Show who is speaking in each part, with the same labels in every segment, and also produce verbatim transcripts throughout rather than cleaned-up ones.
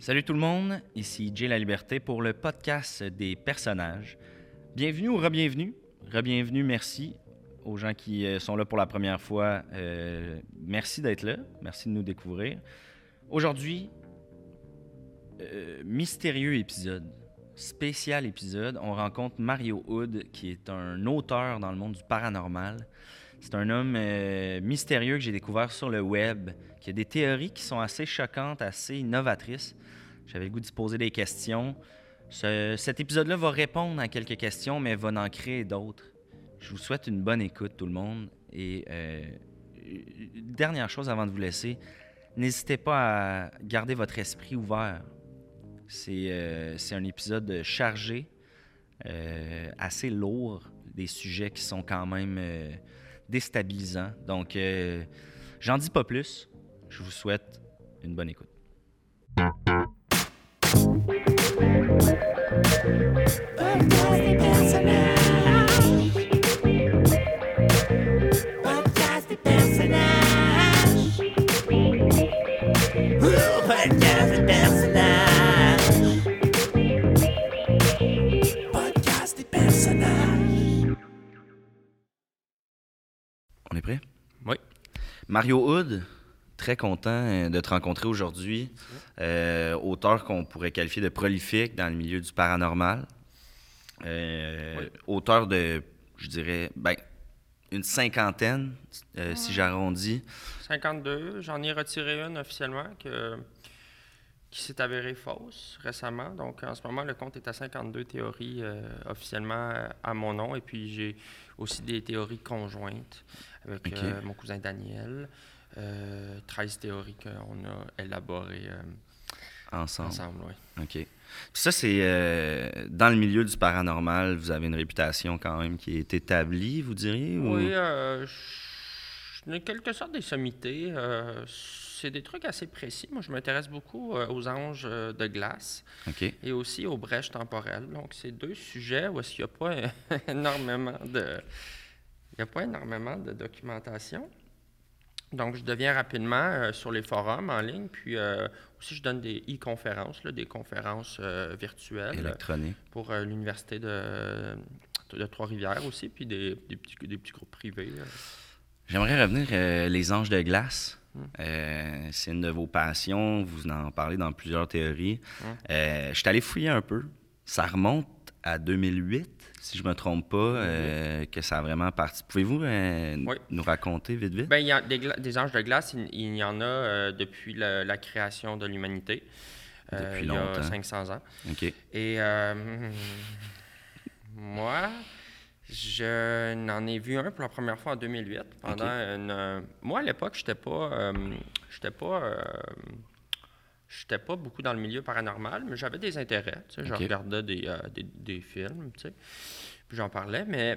Speaker 1: Salut tout le monde, ici Jay La Liberté pour le podcast des personnages. Bienvenue ou re-bienvenue. Re-bienvenue, merci aux gens qui euh, sont là pour la première fois. Euh, merci d'être là, merci de nous découvrir. Aujourd'hui, euh, mystérieux épisode, spécial épisode. On rencontre Mario Hood, qui est un auteur dans le monde du paranormal. C'est un homme euh, mystérieux que j'ai découvert sur le web, qui a des théories qui sont assez choquantes, assez innovatrices. J'avais le goût de se poser des questions. Ce, cet épisode-là va répondre à quelques questions, mais va en créer d'autres. Je vous souhaite une bonne écoute, tout le monde. Et euh, dernière chose avant de vous laisser, n'hésitez pas à garder votre esprit ouvert. C'est, euh, c'est un épisode chargé, euh, assez lourd, des sujets qui sont quand même euh, déstabilisants. Donc, euh, j'en dis pas plus. Je vous souhaite une bonne écoute.
Speaker 2: Podcast des personnages. Podcast des personnages. Ouh, podcast des personnages. Podcast des personnages.
Speaker 1: On est prêt?
Speaker 3: Oui.
Speaker 1: Mario Hood, très content de te rencontrer aujourd'hui. Euh, auteur qu'on pourrait qualifier de prolifique dans le milieu du paranormal. Euh,
Speaker 3: Oui.
Speaker 1: Auteur de, je dirais, ben, une cinquantaine, euh, si j'arrondis.
Speaker 3: cinquante-deux, j'en ai retiré une officiellement que, qui s'est avérée fausse récemment. Donc en ce moment, le compte est à cinquante-deux théories euh, officiellement euh, à mon nom. Et puis j'ai aussi des théories conjointes avec
Speaker 1: Ok.
Speaker 3: euh, mon cousin Daniel. Euh, treize théories qu'on a élaborées euh,
Speaker 1: Ensemble.
Speaker 3: ensemble. Oui.
Speaker 1: OK. Puis ça, c'est euh, dans le milieu du paranormal, vous avez une réputation quand même qui est établie, vous diriez? Ou...
Speaker 3: Oui, euh, je- en quelque sorte des sommités. euh, c'est des trucs assez précis. Moi, je m'intéresse beaucoup euh, aux anges euh, de glace
Speaker 1: OK.
Speaker 3: et aussi aux brèches temporelles. Donc, c'est deux sujets où est-ce qu'il n'y a pas énormément de, il y a pas énormément de documentation. Donc, je deviens rapidement euh, sur les forums en ligne, puis euh, aussi je donne des e-conférences, là, des conférences euh, virtuelles
Speaker 1: Électronique.
Speaker 3: pour euh, l'université de, de Trois-Rivières aussi, puis des, des, petits, des petits groupes privés. là.
Speaker 1: J'aimerais revenir, euh, les anges de glace.
Speaker 3: Mm.
Speaker 1: Euh, c'est une de vos passions, vous en parlez dans plusieurs théories.
Speaker 3: Mm.
Speaker 1: Euh, je suis allé fouiller un peu. Ça remonte à deux mille huit, si je me trompe pas, euh, que ça a vraiment parti. Pouvez-vous euh,
Speaker 3: Oui.
Speaker 1: nous raconter vite vite?
Speaker 3: Ben, il y a des, gla- des anges de glace, il, il y en a euh, depuis le- la création de l'humanité, euh,
Speaker 1: Depuis
Speaker 3: il y a
Speaker 1: longtemps.
Speaker 3: cinq cents ans.
Speaker 1: OK.
Speaker 3: Et euh, moi, je n'en ai vu un pour la première fois en deux mille huit. Pendant
Speaker 1: Ok.
Speaker 3: une, euh, moi, à l'époque, j'étais pas, euh, j'étais pas, euh, j'étais pas beaucoup dans le milieu paranormal, mais j'avais des intérêts. Tu sais, je
Speaker 1: Ok.
Speaker 3: regardais des, euh, des, des films, tu sais, puis j'en parlais, mais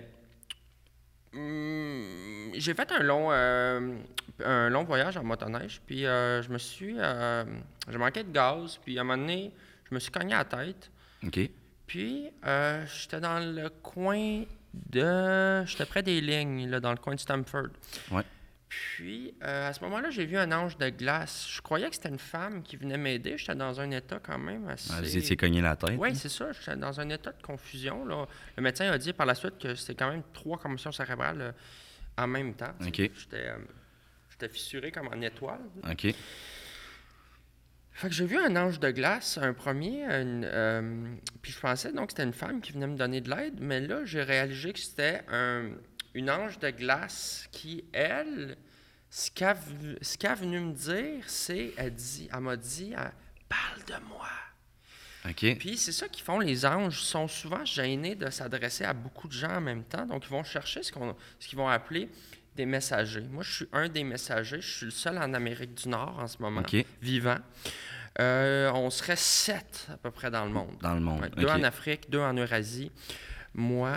Speaker 3: hum, j'ai fait un long, euh, un long voyage en motoneige, puis euh, je me suis, euh, j'ai manqué de gaz, puis à un moment donné, je me suis cogné à la tête.
Speaker 1: OK.
Speaker 3: Puis, euh, j'étais dans le coin de... J'étais près des lignes, là, dans le coin de Stamford.
Speaker 1: Ouais.
Speaker 3: Puis, euh, à ce moment-là, j'ai vu un ange de glace. Je croyais que c'était une femme qui venait m'aider. J'étais dans un état quand même assez...
Speaker 1: Ah, vous étiez cogné la tête?
Speaker 3: Oui,
Speaker 1: hein?
Speaker 3: c'est ça. J'étais dans un état de confusion. Là. Le médecin a dit par la suite que c'était quand même trois commotions cérébrales euh, en même temps. tu sais.
Speaker 1: OK.
Speaker 3: J'étais, euh, j'étais fissuré comme en étoile.
Speaker 1: OK.
Speaker 3: Fait que j'ai vu un ange de glace, un premier, une, euh, puis je pensais donc que c'était une femme qui venait me donner de l'aide, mais là, j'ai réalisé que c'était un, une ange de glace qui, elle, ce qu'elle, v- ce qu'elle a venu me dire, c'est, elle, dit, elle m'a dit, elle, parle de moi.
Speaker 1: OK.
Speaker 3: Puis c'est ça qu'ils font, les anges, sont souvent gênés de s'adresser à beaucoup de gens en même temps, donc ils vont chercher ce, qu'on, ce qu'ils vont appeler des messagers. Moi, je suis un des messagers, je suis le seul en Amérique du Nord en ce moment,
Speaker 1: OK.
Speaker 3: vivant. Euh, on serait sept à peu près dans le monde.
Speaker 1: Dans le monde.
Speaker 3: Ouais, deux
Speaker 1: OK.
Speaker 3: en Afrique, deux en Eurasie, moi,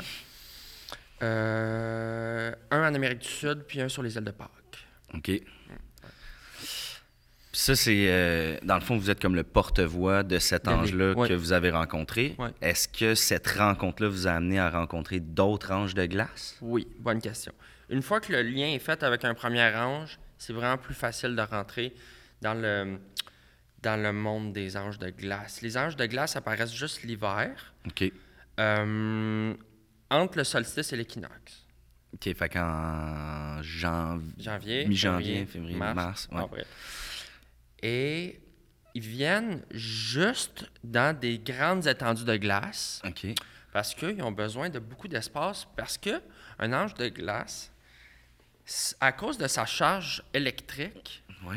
Speaker 3: euh, un en Amérique du Sud, puis un sur les îles de Pâques.
Speaker 1: OK. Puis ça, c'est... euh, dans le fond, vous êtes comme le porte-voix de cet
Speaker 3: De
Speaker 1: ange-là
Speaker 3: lui, ouais.
Speaker 1: que vous avez rencontré.
Speaker 3: Ouais.
Speaker 1: Est-ce que cette rencontre-là vous a amené à rencontrer d'autres anges de glace?
Speaker 3: Oui, bonne question. Une fois que le lien est fait avec un premier ange, c'est vraiment plus facile de rentrer dans le, dans le monde des anges de glace. Les anges de glace apparaissent juste l'hiver,
Speaker 1: OK.
Speaker 3: euh, entre le solstice et l'équinoxe.
Speaker 1: OK, fait qu'en janv...
Speaker 3: Janvier,
Speaker 1: mi-janvier, février, mars. mars ouais.
Speaker 3: avril. Et ils viennent juste dans des grandes étendues de glace
Speaker 1: OK.
Speaker 3: parce qu'ils ont besoin de beaucoup d'espace parce que un ange de glace, à cause de sa charge électrique...
Speaker 1: Oui.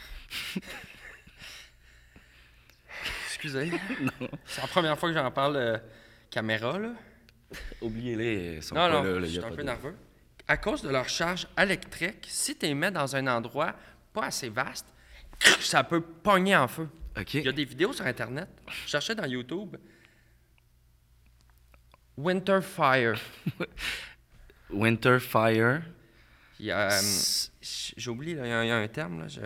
Speaker 3: Excusez. Non. C'est la première fois que j'en parle euh, caméra, là.
Speaker 1: Oubliez-les, ils sont
Speaker 3: non,
Speaker 1: pas
Speaker 3: non,
Speaker 1: là. là
Speaker 3: je
Speaker 1: y
Speaker 3: suis
Speaker 1: a
Speaker 3: un
Speaker 1: pas
Speaker 3: peu
Speaker 1: de...
Speaker 3: nerveux. À cause de leur charge électrique, si tu les mets dans un endroit pas assez vaste, ça peut pogner en feu.
Speaker 1: OK.
Speaker 3: Il y a des vidéos sur Internet. Je cherchais dans YouTube. Winter Fire.
Speaker 1: Winter Fire.
Speaker 3: Il y a, euh, j'ai oublié, là, il y a, il y a un terme. Là, je...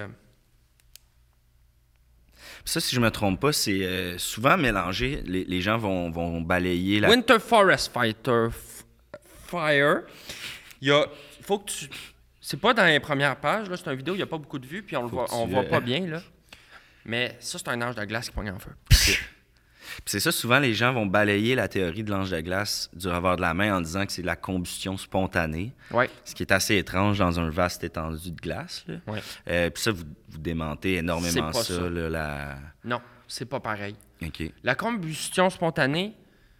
Speaker 1: Ça, si je me trompe pas, c'est euh, souvent mélangé. Les, les gens vont, vont balayer la...
Speaker 3: Winter Forest Fighter f- Fire. Il y a... faut que tu... C'est pas dans les premières pages, là, c'est une vidéo, il n'y a pas beaucoup de vues, puis on le
Speaker 1: Faut
Speaker 3: voit,
Speaker 1: que
Speaker 3: on
Speaker 1: tu,
Speaker 3: voit
Speaker 1: euh,
Speaker 3: pas bien, là. Mais ça, c'est un ange de glace qui pogne en feu.
Speaker 1: Puis c'est ça, souvent, les gens vont balayer la théorie de l'ange de glace du revers de la main en disant que c'est de la combustion spontanée,
Speaker 3: Ouais.
Speaker 1: ce qui est assez étrange dans un vaste étendu de glace. Là.
Speaker 3: Ouais.
Speaker 1: Euh, puis ça, vous, vous démentez énormément
Speaker 3: C'est pas
Speaker 1: ça,
Speaker 3: ça.
Speaker 1: là, la...
Speaker 3: Non, c'est pas pareil.
Speaker 1: OK.
Speaker 3: La combustion spontanée,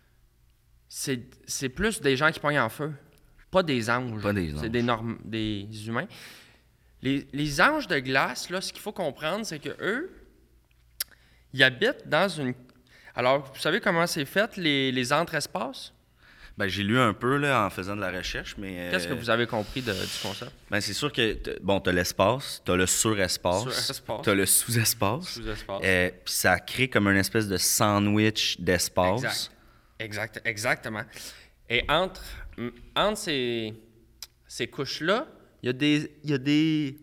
Speaker 3: c'est, c'est plus des gens qui pognent en feu, pas des anges.
Speaker 1: Pas des anges.
Speaker 3: C'est des, normes, des humains. Les, les anges de glace, là, ce qu'il faut comprendre, c'est que eux, ils habitent dans une... Alors, vous savez comment c'est fait, les, les entre-espaces?
Speaker 1: Ben, j'ai lu un peu là, en faisant de la recherche, mais... euh,
Speaker 3: Qu'est-ce que vous avez compris de- du concept?
Speaker 1: Ben, c'est sûr que, t- bon, t'as l'espace, t'as le surespace,
Speaker 3: Surespace.
Speaker 1: t'as le sous-espace.
Speaker 3: Sous-espace.
Speaker 1: Euh, Puis ça crée comme une espèce de sandwich d'espace.
Speaker 3: Exact. Exact. Exactement. Et entre, m- entre ces, ces couches-là, il y a des, il y a des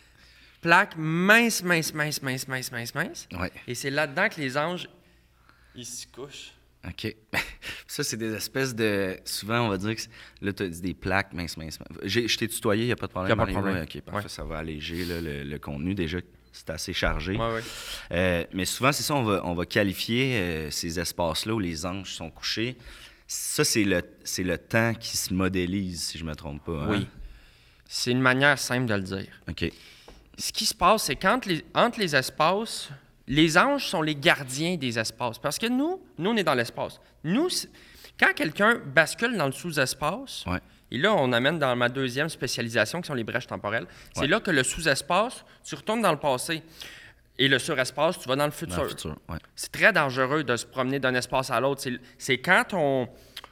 Speaker 3: plaques minces, minces, minces, minces, minces, minces, minces.
Speaker 1: Ouais.
Speaker 3: Et c'est là-dedans que les anges, ils s'y couchent.
Speaker 1: OK. Ça, c'est des espèces de... Souvent, on va dire que... c'est- Là, tu as dit des plaques minces, minces. minces. J'ai- Je t'ai tutoyé, il n'y a pas de problème.
Speaker 3: Y a pas de
Speaker 1: Marie-Lou?
Speaker 3: problème.
Speaker 1: OK, parfait.
Speaker 3: Ouais.
Speaker 1: Ça va alléger là, le, le contenu. Déjà, c'est assez chargé.
Speaker 3: Ouais, ouais.
Speaker 1: Euh, mais souvent, c'est ça, on va, on va qualifier euh, ces espaces-là où les anges sont couchés. Ça, c'est le, c'est le temps qui se modélise, si je ne me trompe pas. hein?
Speaker 3: Oui. C'est une manière simple de le dire.
Speaker 1: OK.
Speaker 3: Ce qui se passe, c'est qu'entre les, entre les espaces, les anges sont les gardiens des espaces. Parce que nous, nous, on est dans l'espace. Nous, c'est- quand quelqu'un bascule dans le sous-espace,
Speaker 1: Ouais.
Speaker 3: et là, on amène dans ma deuxième spécialisation, qui sont les brèches temporelles, c'est
Speaker 1: Ouais.
Speaker 3: là que le sous-espace, tu retournes dans le passé. Et le surespace, tu vas dans le futur.
Speaker 1: Dans le futur, ouais.
Speaker 3: C'est très dangereux de se promener d'un espace à l'autre. C'est, c'est quand on...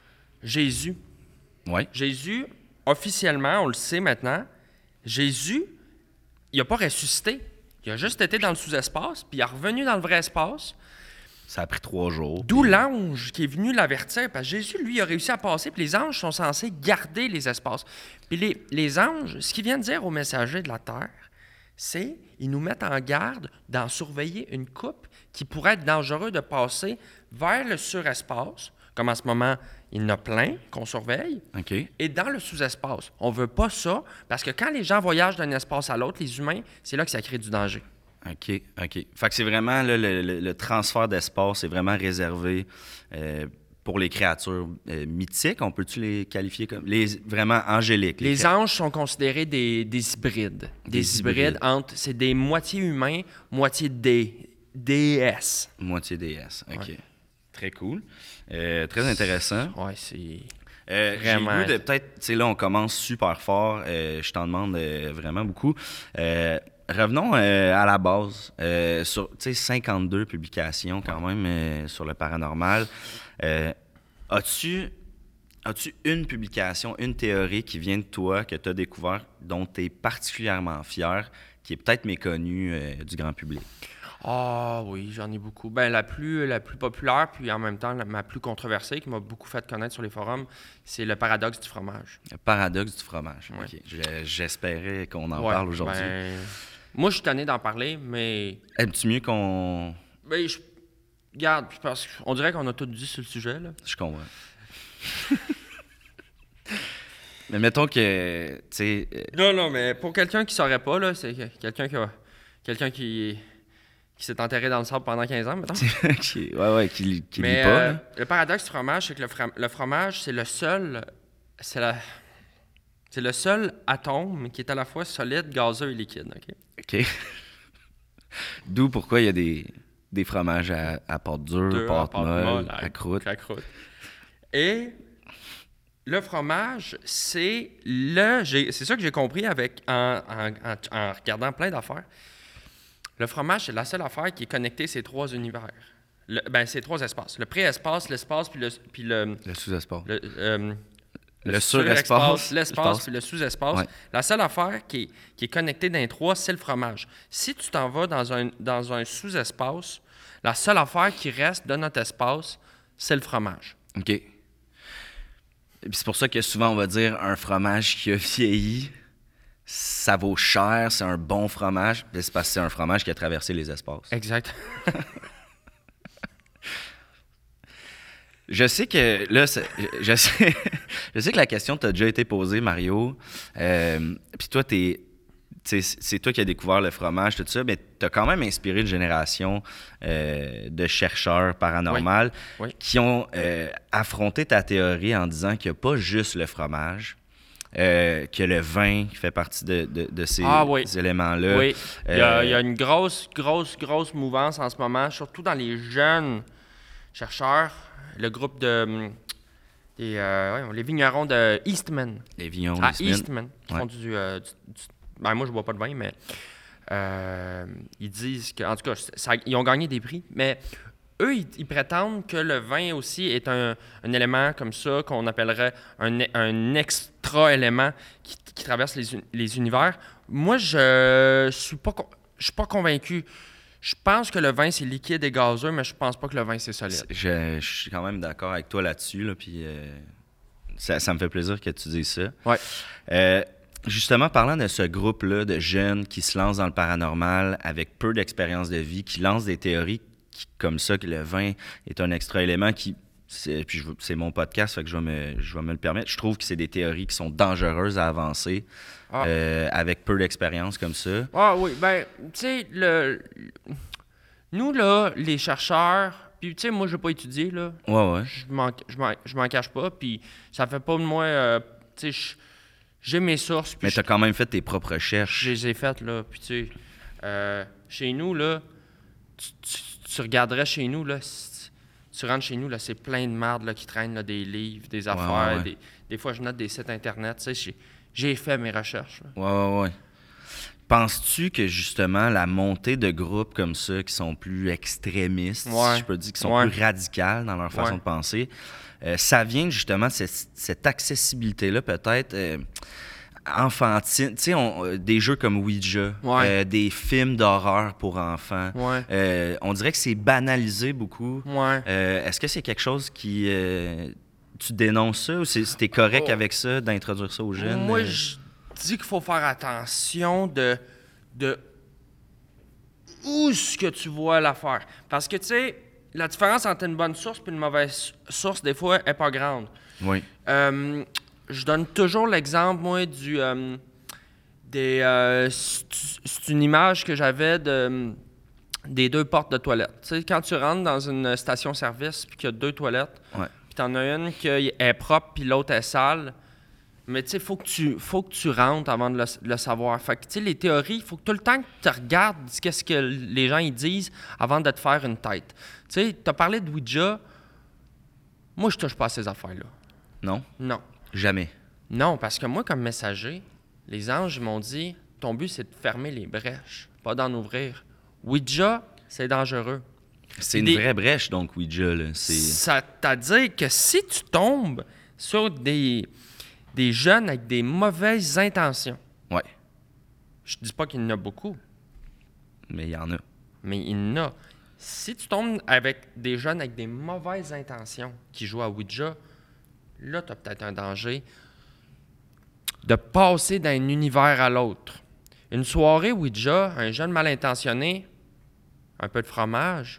Speaker 3: Jésus,
Speaker 1: Ouais.
Speaker 3: Jésus, officiellement, on le sait maintenant, Jésus, il n'a pas ressuscité. Il a juste été dans le sous-espace, puis il est revenu dans le vrai espace.
Speaker 1: Ça a pris trois jours.
Speaker 3: D'où
Speaker 1: puis-
Speaker 3: l'ange qui est venu l'avertir, parce que Jésus, lui, a réussi à passer, puis les anges sont censés garder les espaces. Puis les, les anges, ce qu'ils viennent dire aux messagers de la terre, c'est ils nous mettent en garde d'en surveiller une coupe qui pourrait être dangereux de passer vers le surespace, comme en ce moment, il y en a plein qu'on surveille,
Speaker 1: OK.
Speaker 3: et dans le sous-espace. On veut pas ça, parce que quand les gens voyagent d'un espace à l'autre, les humains, c'est là que ça crée du danger.
Speaker 1: OK, OK. Fait que c'est vraiment, là, le, le- le transfert d'espace est vraiment réservé euh, pour les créatures euh, mythiques. On peut-tu les qualifier comme... Les vraiment angéliques.
Speaker 3: Les
Speaker 1: cré-
Speaker 3: anges sont considérés des, des hybrides. Des,
Speaker 1: Des
Speaker 3: hybrides,
Speaker 1: hybrides.
Speaker 3: entre... C'est des moitiés humains, moitié dé, déesses.
Speaker 1: Moitié déesse. OK.
Speaker 3: Ouais.
Speaker 1: Très cool. Euh, très intéressant.
Speaker 3: Ouais, c'est...
Speaker 1: Euh, J'ai le
Speaker 3: Vraiment.
Speaker 1: goût de peut-être... Tu sais, là, on commence super fort. Euh, je t'en demande euh, vraiment beaucoup. Euh, revenons euh, à la base. Euh, sur, tu sais, cinquante-deux publications quand même euh, sur le paranormal. Euh, as-tu... As-tu une publication, une théorie qui vient de toi, que tu as découvert, dont tu es particulièrement fier, qui est peut-être méconnue euh, du grand public?
Speaker 3: Ah oui, j'en ai beaucoup. Ben, la plus, la plus populaire, puis en même temps la, ma plus controversée, qui m'a beaucoup fait connaître sur les forums, c'est le paradoxe du fromage.
Speaker 1: Le paradoxe du fromage.
Speaker 3: Ouais.
Speaker 1: OK. Je- J'espérais qu'on en
Speaker 3: Ouais,
Speaker 1: parle aujourd'hui.
Speaker 3: ben, moi, je suis tanné d'en parler, mais...
Speaker 1: Aimes-tu mieux qu'on...
Speaker 3: Ben, je... Regarde, parce qu'on dirait qu'on a tout dit sur le sujet, là.
Speaker 1: Je comprends. Mais mettons que, tu sais... euh,
Speaker 3: Non, non, mais pour quelqu'un qui saurait pas, là, c'est que- quelqu'un qui a, quelqu'un qui, qui s'est enterré dans le sable pendant quinze ans, mettons.
Speaker 1: qui, ouais, ouais, qui, qui
Speaker 3: Mais
Speaker 1: lit pas.
Speaker 3: euh,
Speaker 1: là.
Speaker 3: le paradoxe du fromage, c'est que le, fra- le fromage, c'est le seul... C'est la... C'est le seul atome qui est à la fois solide, gazeux et liquide, OK?
Speaker 1: OK. D'où pourquoi il y a des, des fromages à, à pâte dure,
Speaker 3: Deux,
Speaker 1: pâte,
Speaker 3: pâte
Speaker 1: molle,
Speaker 3: molle,
Speaker 1: à croûte.
Speaker 3: à croûte. Et le fromage, c'est le... j'ai- C'est ça que j'ai compris avec en, en- en- en regardant plein d'affaires. Le fromage, c'est la seule affaire qui est connectée ces trois univers. Le- ben, ces trois espaces. Le pré-espace, l'espace, puis le... Puis le,
Speaker 1: Le sous-espace.
Speaker 3: le, euh,
Speaker 1: Le
Speaker 3: surespace,
Speaker 1: surespace,
Speaker 3: l'espace,
Speaker 1: espace.
Speaker 3: puis le sous-espace.
Speaker 1: Ouais.
Speaker 3: La seule affaire qui est, qui est connectée dans les trois, c'est le fromage. Si tu t'en vas dans un, dans un sous-espace, la seule affaire qui reste de notre espace, c'est le fromage.
Speaker 1: OK. Et puis c'est pour ça que souvent, on va dire un fromage qui a vieilli, ça vaut cher, c'est un bon fromage. Puis c'est parce que c'est un fromage qui a traversé les espaces.
Speaker 3: Exact.
Speaker 1: Je sais que là, c'est- je sais, je sais que la question t'a déjà été posée, Mario. Euh, Puis toi, t'es, tu sais, c'est toi qui as découvert le fromage, tout ça, mais tu as quand même inspiré une génération euh, de chercheurs paranormaux
Speaker 3: Oui. Oui.
Speaker 1: qui ont euh, affronté ta théorie en disant qu'il n'y a pas juste le fromage, euh, que le vin fait partie de, de- de ces
Speaker 3: Ah oui.
Speaker 1: éléments-là.
Speaker 3: Oui, il y, a,
Speaker 1: Euh,
Speaker 3: il y a une grosse, grosse, grosse mouvance en ce moment, surtout dans les jeunes chercheurs. Le groupe de... hum, des, euh, voyons, les vignerons de Eastman.
Speaker 1: Les vignons,
Speaker 3: À
Speaker 1: les semaines.
Speaker 3: Eastman. Qui
Speaker 1: Ouais.
Speaker 3: font du, euh, du- du- ben, moi, je bois pas de vin, mais euh, ils disent que... En tout cas, ça- ils ont gagné des prix, mais eux, ils, ils prétendent que le vin aussi est un, un élément comme ça, qu'on appellerait un, un extra-élément qui, qui traverse les, uni- les univers. Moi, je suis pas, con- je suis pas convaincu. Je pense que le vin, c'est liquide et gazeux, mais je pense pas que le vin, c'est solide.
Speaker 1: Je, je suis quand même d'accord avec toi là-dessus, là, puis euh, ça, ça me fait plaisir que tu dises ça.
Speaker 3: Ouais.
Speaker 1: Euh, justement, parlant de ce groupe-là de jeunes qui se lancent dans le paranormal avec peu d'expérience de vie, qui lancent des théories qui- comme ça, que le vin est un extra élément qui... c'est- Puis je veux- c'est mon podcast, fait que je vais, me, je vais me le permettre. Je trouve que c'est des théories qui sont dangereuses à avancer
Speaker 3: Ah.
Speaker 1: euh, avec peu d'expérience comme ça.
Speaker 3: Ah oui, ben, tu sais, le... nous, là, les chercheurs, puis tu sais, moi, je n'ai pas étudié, là.
Speaker 1: Ouais, ouais.
Speaker 3: Je m'en, je m'en, je m'en cache pas, puis ça fait pas de moi, euh, tu sais, je- j'ai mes sources, puis
Speaker 1: Mais
Speaker 3: je,
Speaker 1: tu as quand même fait tes propres recherches.
Speaker 3: je les ai faites, là, puis tu sais, euh, chez nous, là, tu, tu- tu regarderais chez nous, là, si tu rentres chez nous, là, c'est plein de merde, là, qui traînent, là, des livres, des affaires,
Speaker 1: ouais, ouais.
Speaker 3: Des, des fois, je note des sites Internet, tu sais, j'ai, j'ai fait mes recherches, là.
Speaker 1: Ouais, ouais, ouais. Penses-tu que justement la montée de groupes comme ça qui sont plus extrémistes,
Speaker 3: Ouais.
Speaker 1: si je peux dire, qui sont
Speaker 3: Ouais.
Speaker 1: plus radicales dans leur façon
Speaker 3: Ouais.
Speaker 1: de penser, euh, ça vient justement de cette, cette accessibilité-là peut-être euh, enfantine. Tu sais, on- euh, des jeux comme Ouija,
Speaker 3: Ouais.
Speaker 1: euh, des films d'horreur pour enfants.
Speaker 3: Ouais.
Speaker 1: Euh, on dirait que c'est banalisé beaucoup.
Speaker 3: Ouais.
Speaker 1: Euh, est-ce que c'est quelque chose qui... euh, tu dénonces ça ou c'est, c'était correct
Speaker 3: Oh.
Speaker 1: avec ça, d'introduire ça aux jeunes?
Speaker 3: Moi,
Speaker 1: euh?
Speaker 3: je dis qu'il faut faire attention de, de où est-ce que tu vois l'affaire. Parce que, tu sais, la différence entre une bonne source et une mauvaise source, des fois, est pas grande.
Speaker 1: Oui.
Speaker 3: Euh, je donne toujours l'exemple, moi, du... euh, des... euh, c'est c'est une image que j'avais de, des deux portes de toilettes. Tu sais, quand tu rentres dans une station-service puis qu'il y a deux toilettes,
Speaker 1: Ouais.
Speaker 3: puis t'en as une qui est propre puis l'autre est sale, mais tu sais, faut que tu faut que tu rentres avant de le, de le savoir. Fait que tu sais, les théories, il faut que tout le temps que tu regardes qu'est-ce que les gens ils disent avant de te faire une tête. Tu sais, t'as parlé de Ouija. Moi, je touche pas à ces affaires-là.
Speaker 1: Non?
Speaker 3: Non.
Speaker 1: Jamais.
Speaker 3: Non, parce que moi, comme messager, les anges m'ont dit, ton but, c'est de fermer les brèches, pas d'en ouvrir. Ouija, c'est dangereux.
Speaker 1: C'est une
Speaker 3: Des-
Speaker 1: vraie brèche, donc, Ouija. Là. C'est...
Speaker 3: C'est-à-dire que si tu tombes sur des, des jeunes avec des mauvaises intentions,
Speaker 1: Ouais,
Speaker 3: je dis pas qu'il y en a beaucoup,
Speaker 1: mais il y en a.
Speaker 3: mais il y en a. Si tu tombes avec des jeunes avec des mauvaises intentions qui jouent à Ouija, là, tu as peut-être un danger de passer d'un univers à l'autre. Une soirée Ouija, un jeune mal intentionné, un peu de fromage,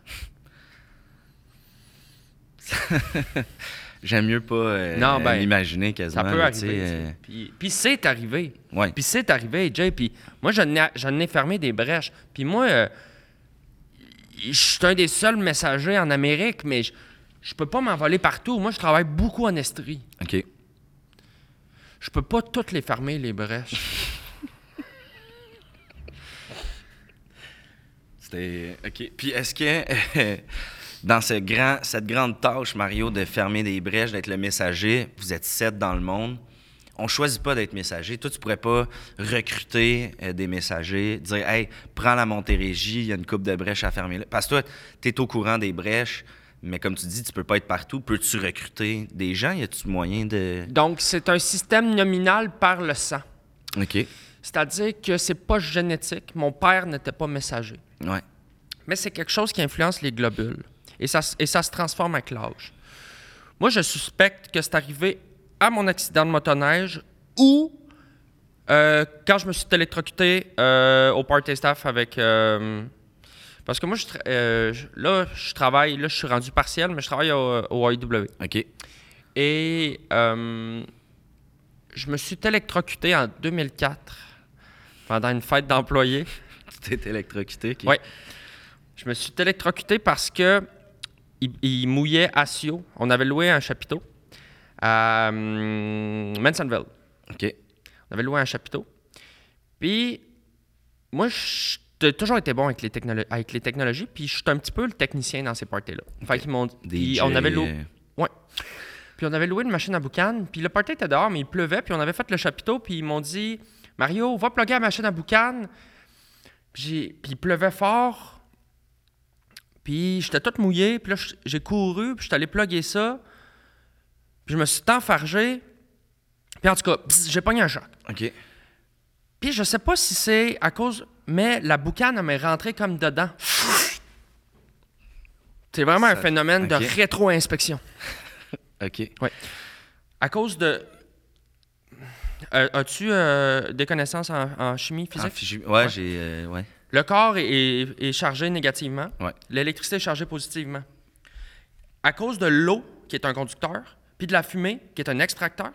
Speaker 1: J'aime mieux pas euh,
Speaker 3: Non, ben,
Speaker 1: l'imaginer quasiment.
Speaker 3: ça peut
Speaker 1: là, tu sais,
Speaker 3: arriver.
Speaker 1: euh,
Speaker 3: tu sais. Puis, puis c'est arrivé.
Speaker 1: ouais.
Speaker 3: Puis c'est arrivé, Jay. Puis moi, j'en ai, j'en ai fermé des brèches. Puis moi, euh, je suis un des seuls messagers en Amérique, mais je, je peux pas m'envoler partout. Moi, je travaille beaucoup en Estrie.
Speaker 1: OK.
Speaker 3: Je peux pas toutes les fermer, les brèches.
Speaker 1: C'était... OK. Puis est-ce que dans ce grand, cette grande tâche, Mario, de fermer des brèches, d'être le messager, vous êtes sept dans le monde, on choisit pas d'être messager. Toi, tu pourrais pas recruter euh, des messagers, dire « Hey, prends la Montérégie, il y a une coupe de brèches à fermer là. » Parce que toi, tu es au courant des brèches, mais comme tu dis, tu peux pas être partout. Peux-tu recruter des gens? Y a-tu moyen de...
Speaker 3: Donc, c'est un système nominal par le sang.
Speaker 1: OK.
Speaker 3: C'est-à-dire que c'est pas génétique. Mon père n'était pas messager.
Speaker 1: Ouais.
Speaker 3: Mais c'est quelque chose qui influence les globules. Et ça, et ça se transforme avec l'âge. Moi, je suspecte que c'est arrivé à mon accident de motoneige ou euh, quand je me suis électrocuté euh, au party staff avec... Euh, parce que moi, je, tra- euh, je- là, je travaille... Là, je suis rendu partiel, mais je travaille au, au A I W.
Speaker 1: OK.
Speaker 3: Et euh, je me suis électrocuté en deux mille quatre pendant une fête d'employés.
Speaker 1: Tu t'es électrocuté? OK.
Speaker 3: Oui. Je me suis électrocuté parce que il, il mouillait à Sio. On avait loué un chapiteau à um, Mansonville.
Speaker 1: OK.
Speaker 3: On avait loué un chapiteau. Puis, moi, j'ai toujours été bon avec les, technolo- avec les technologies, puis je suis un petit peu le technicien dans ces parties-là. Fait qu'ils m'ont... Puis on avait loué... Ouais. Puis on avait loué une machine à boucan, puis le party était dehors, mais il pleuvait, puis on avait fait le chapiteau, puis ils m'ont dit « Mario, va plugger la machine à boucan. » Puis, j'ai... puis il pleuvait fort, puis j'étais tout mouillé, puis là, j'ai couru, puis j'étais allé plugger ça, puis je me suis enfargé, puis en tout cas, pss, j'ai pogné un choc.
Speaker 1: OK.
Speaker 3: Puis je sais pas si c'est à cause... Mais la boucane, elle m'est rentrée comme dedans. C'est vraiment
Speaker 1: Ça...
Speaker 3: un phénomène
Speaker 1: OK.
Speaker 3: de rétro-inspection.
Speaker 1: OK.
Speaker 3: Oui. À cause de... Euh, as-tu euh, des connaissances en, en chimie physique?
Speaker 1: En fichu- ouais, ouais, j'ai... Euh, ouais.
Speaker 3: Le corps est, est, est chargé négativement.
Speaker 1: Ouais.
Speaker 3: L'électricité est chargée positivement. À cause de l'eau, qui est un conducteur, puis de la fumée, qui est un extracteur.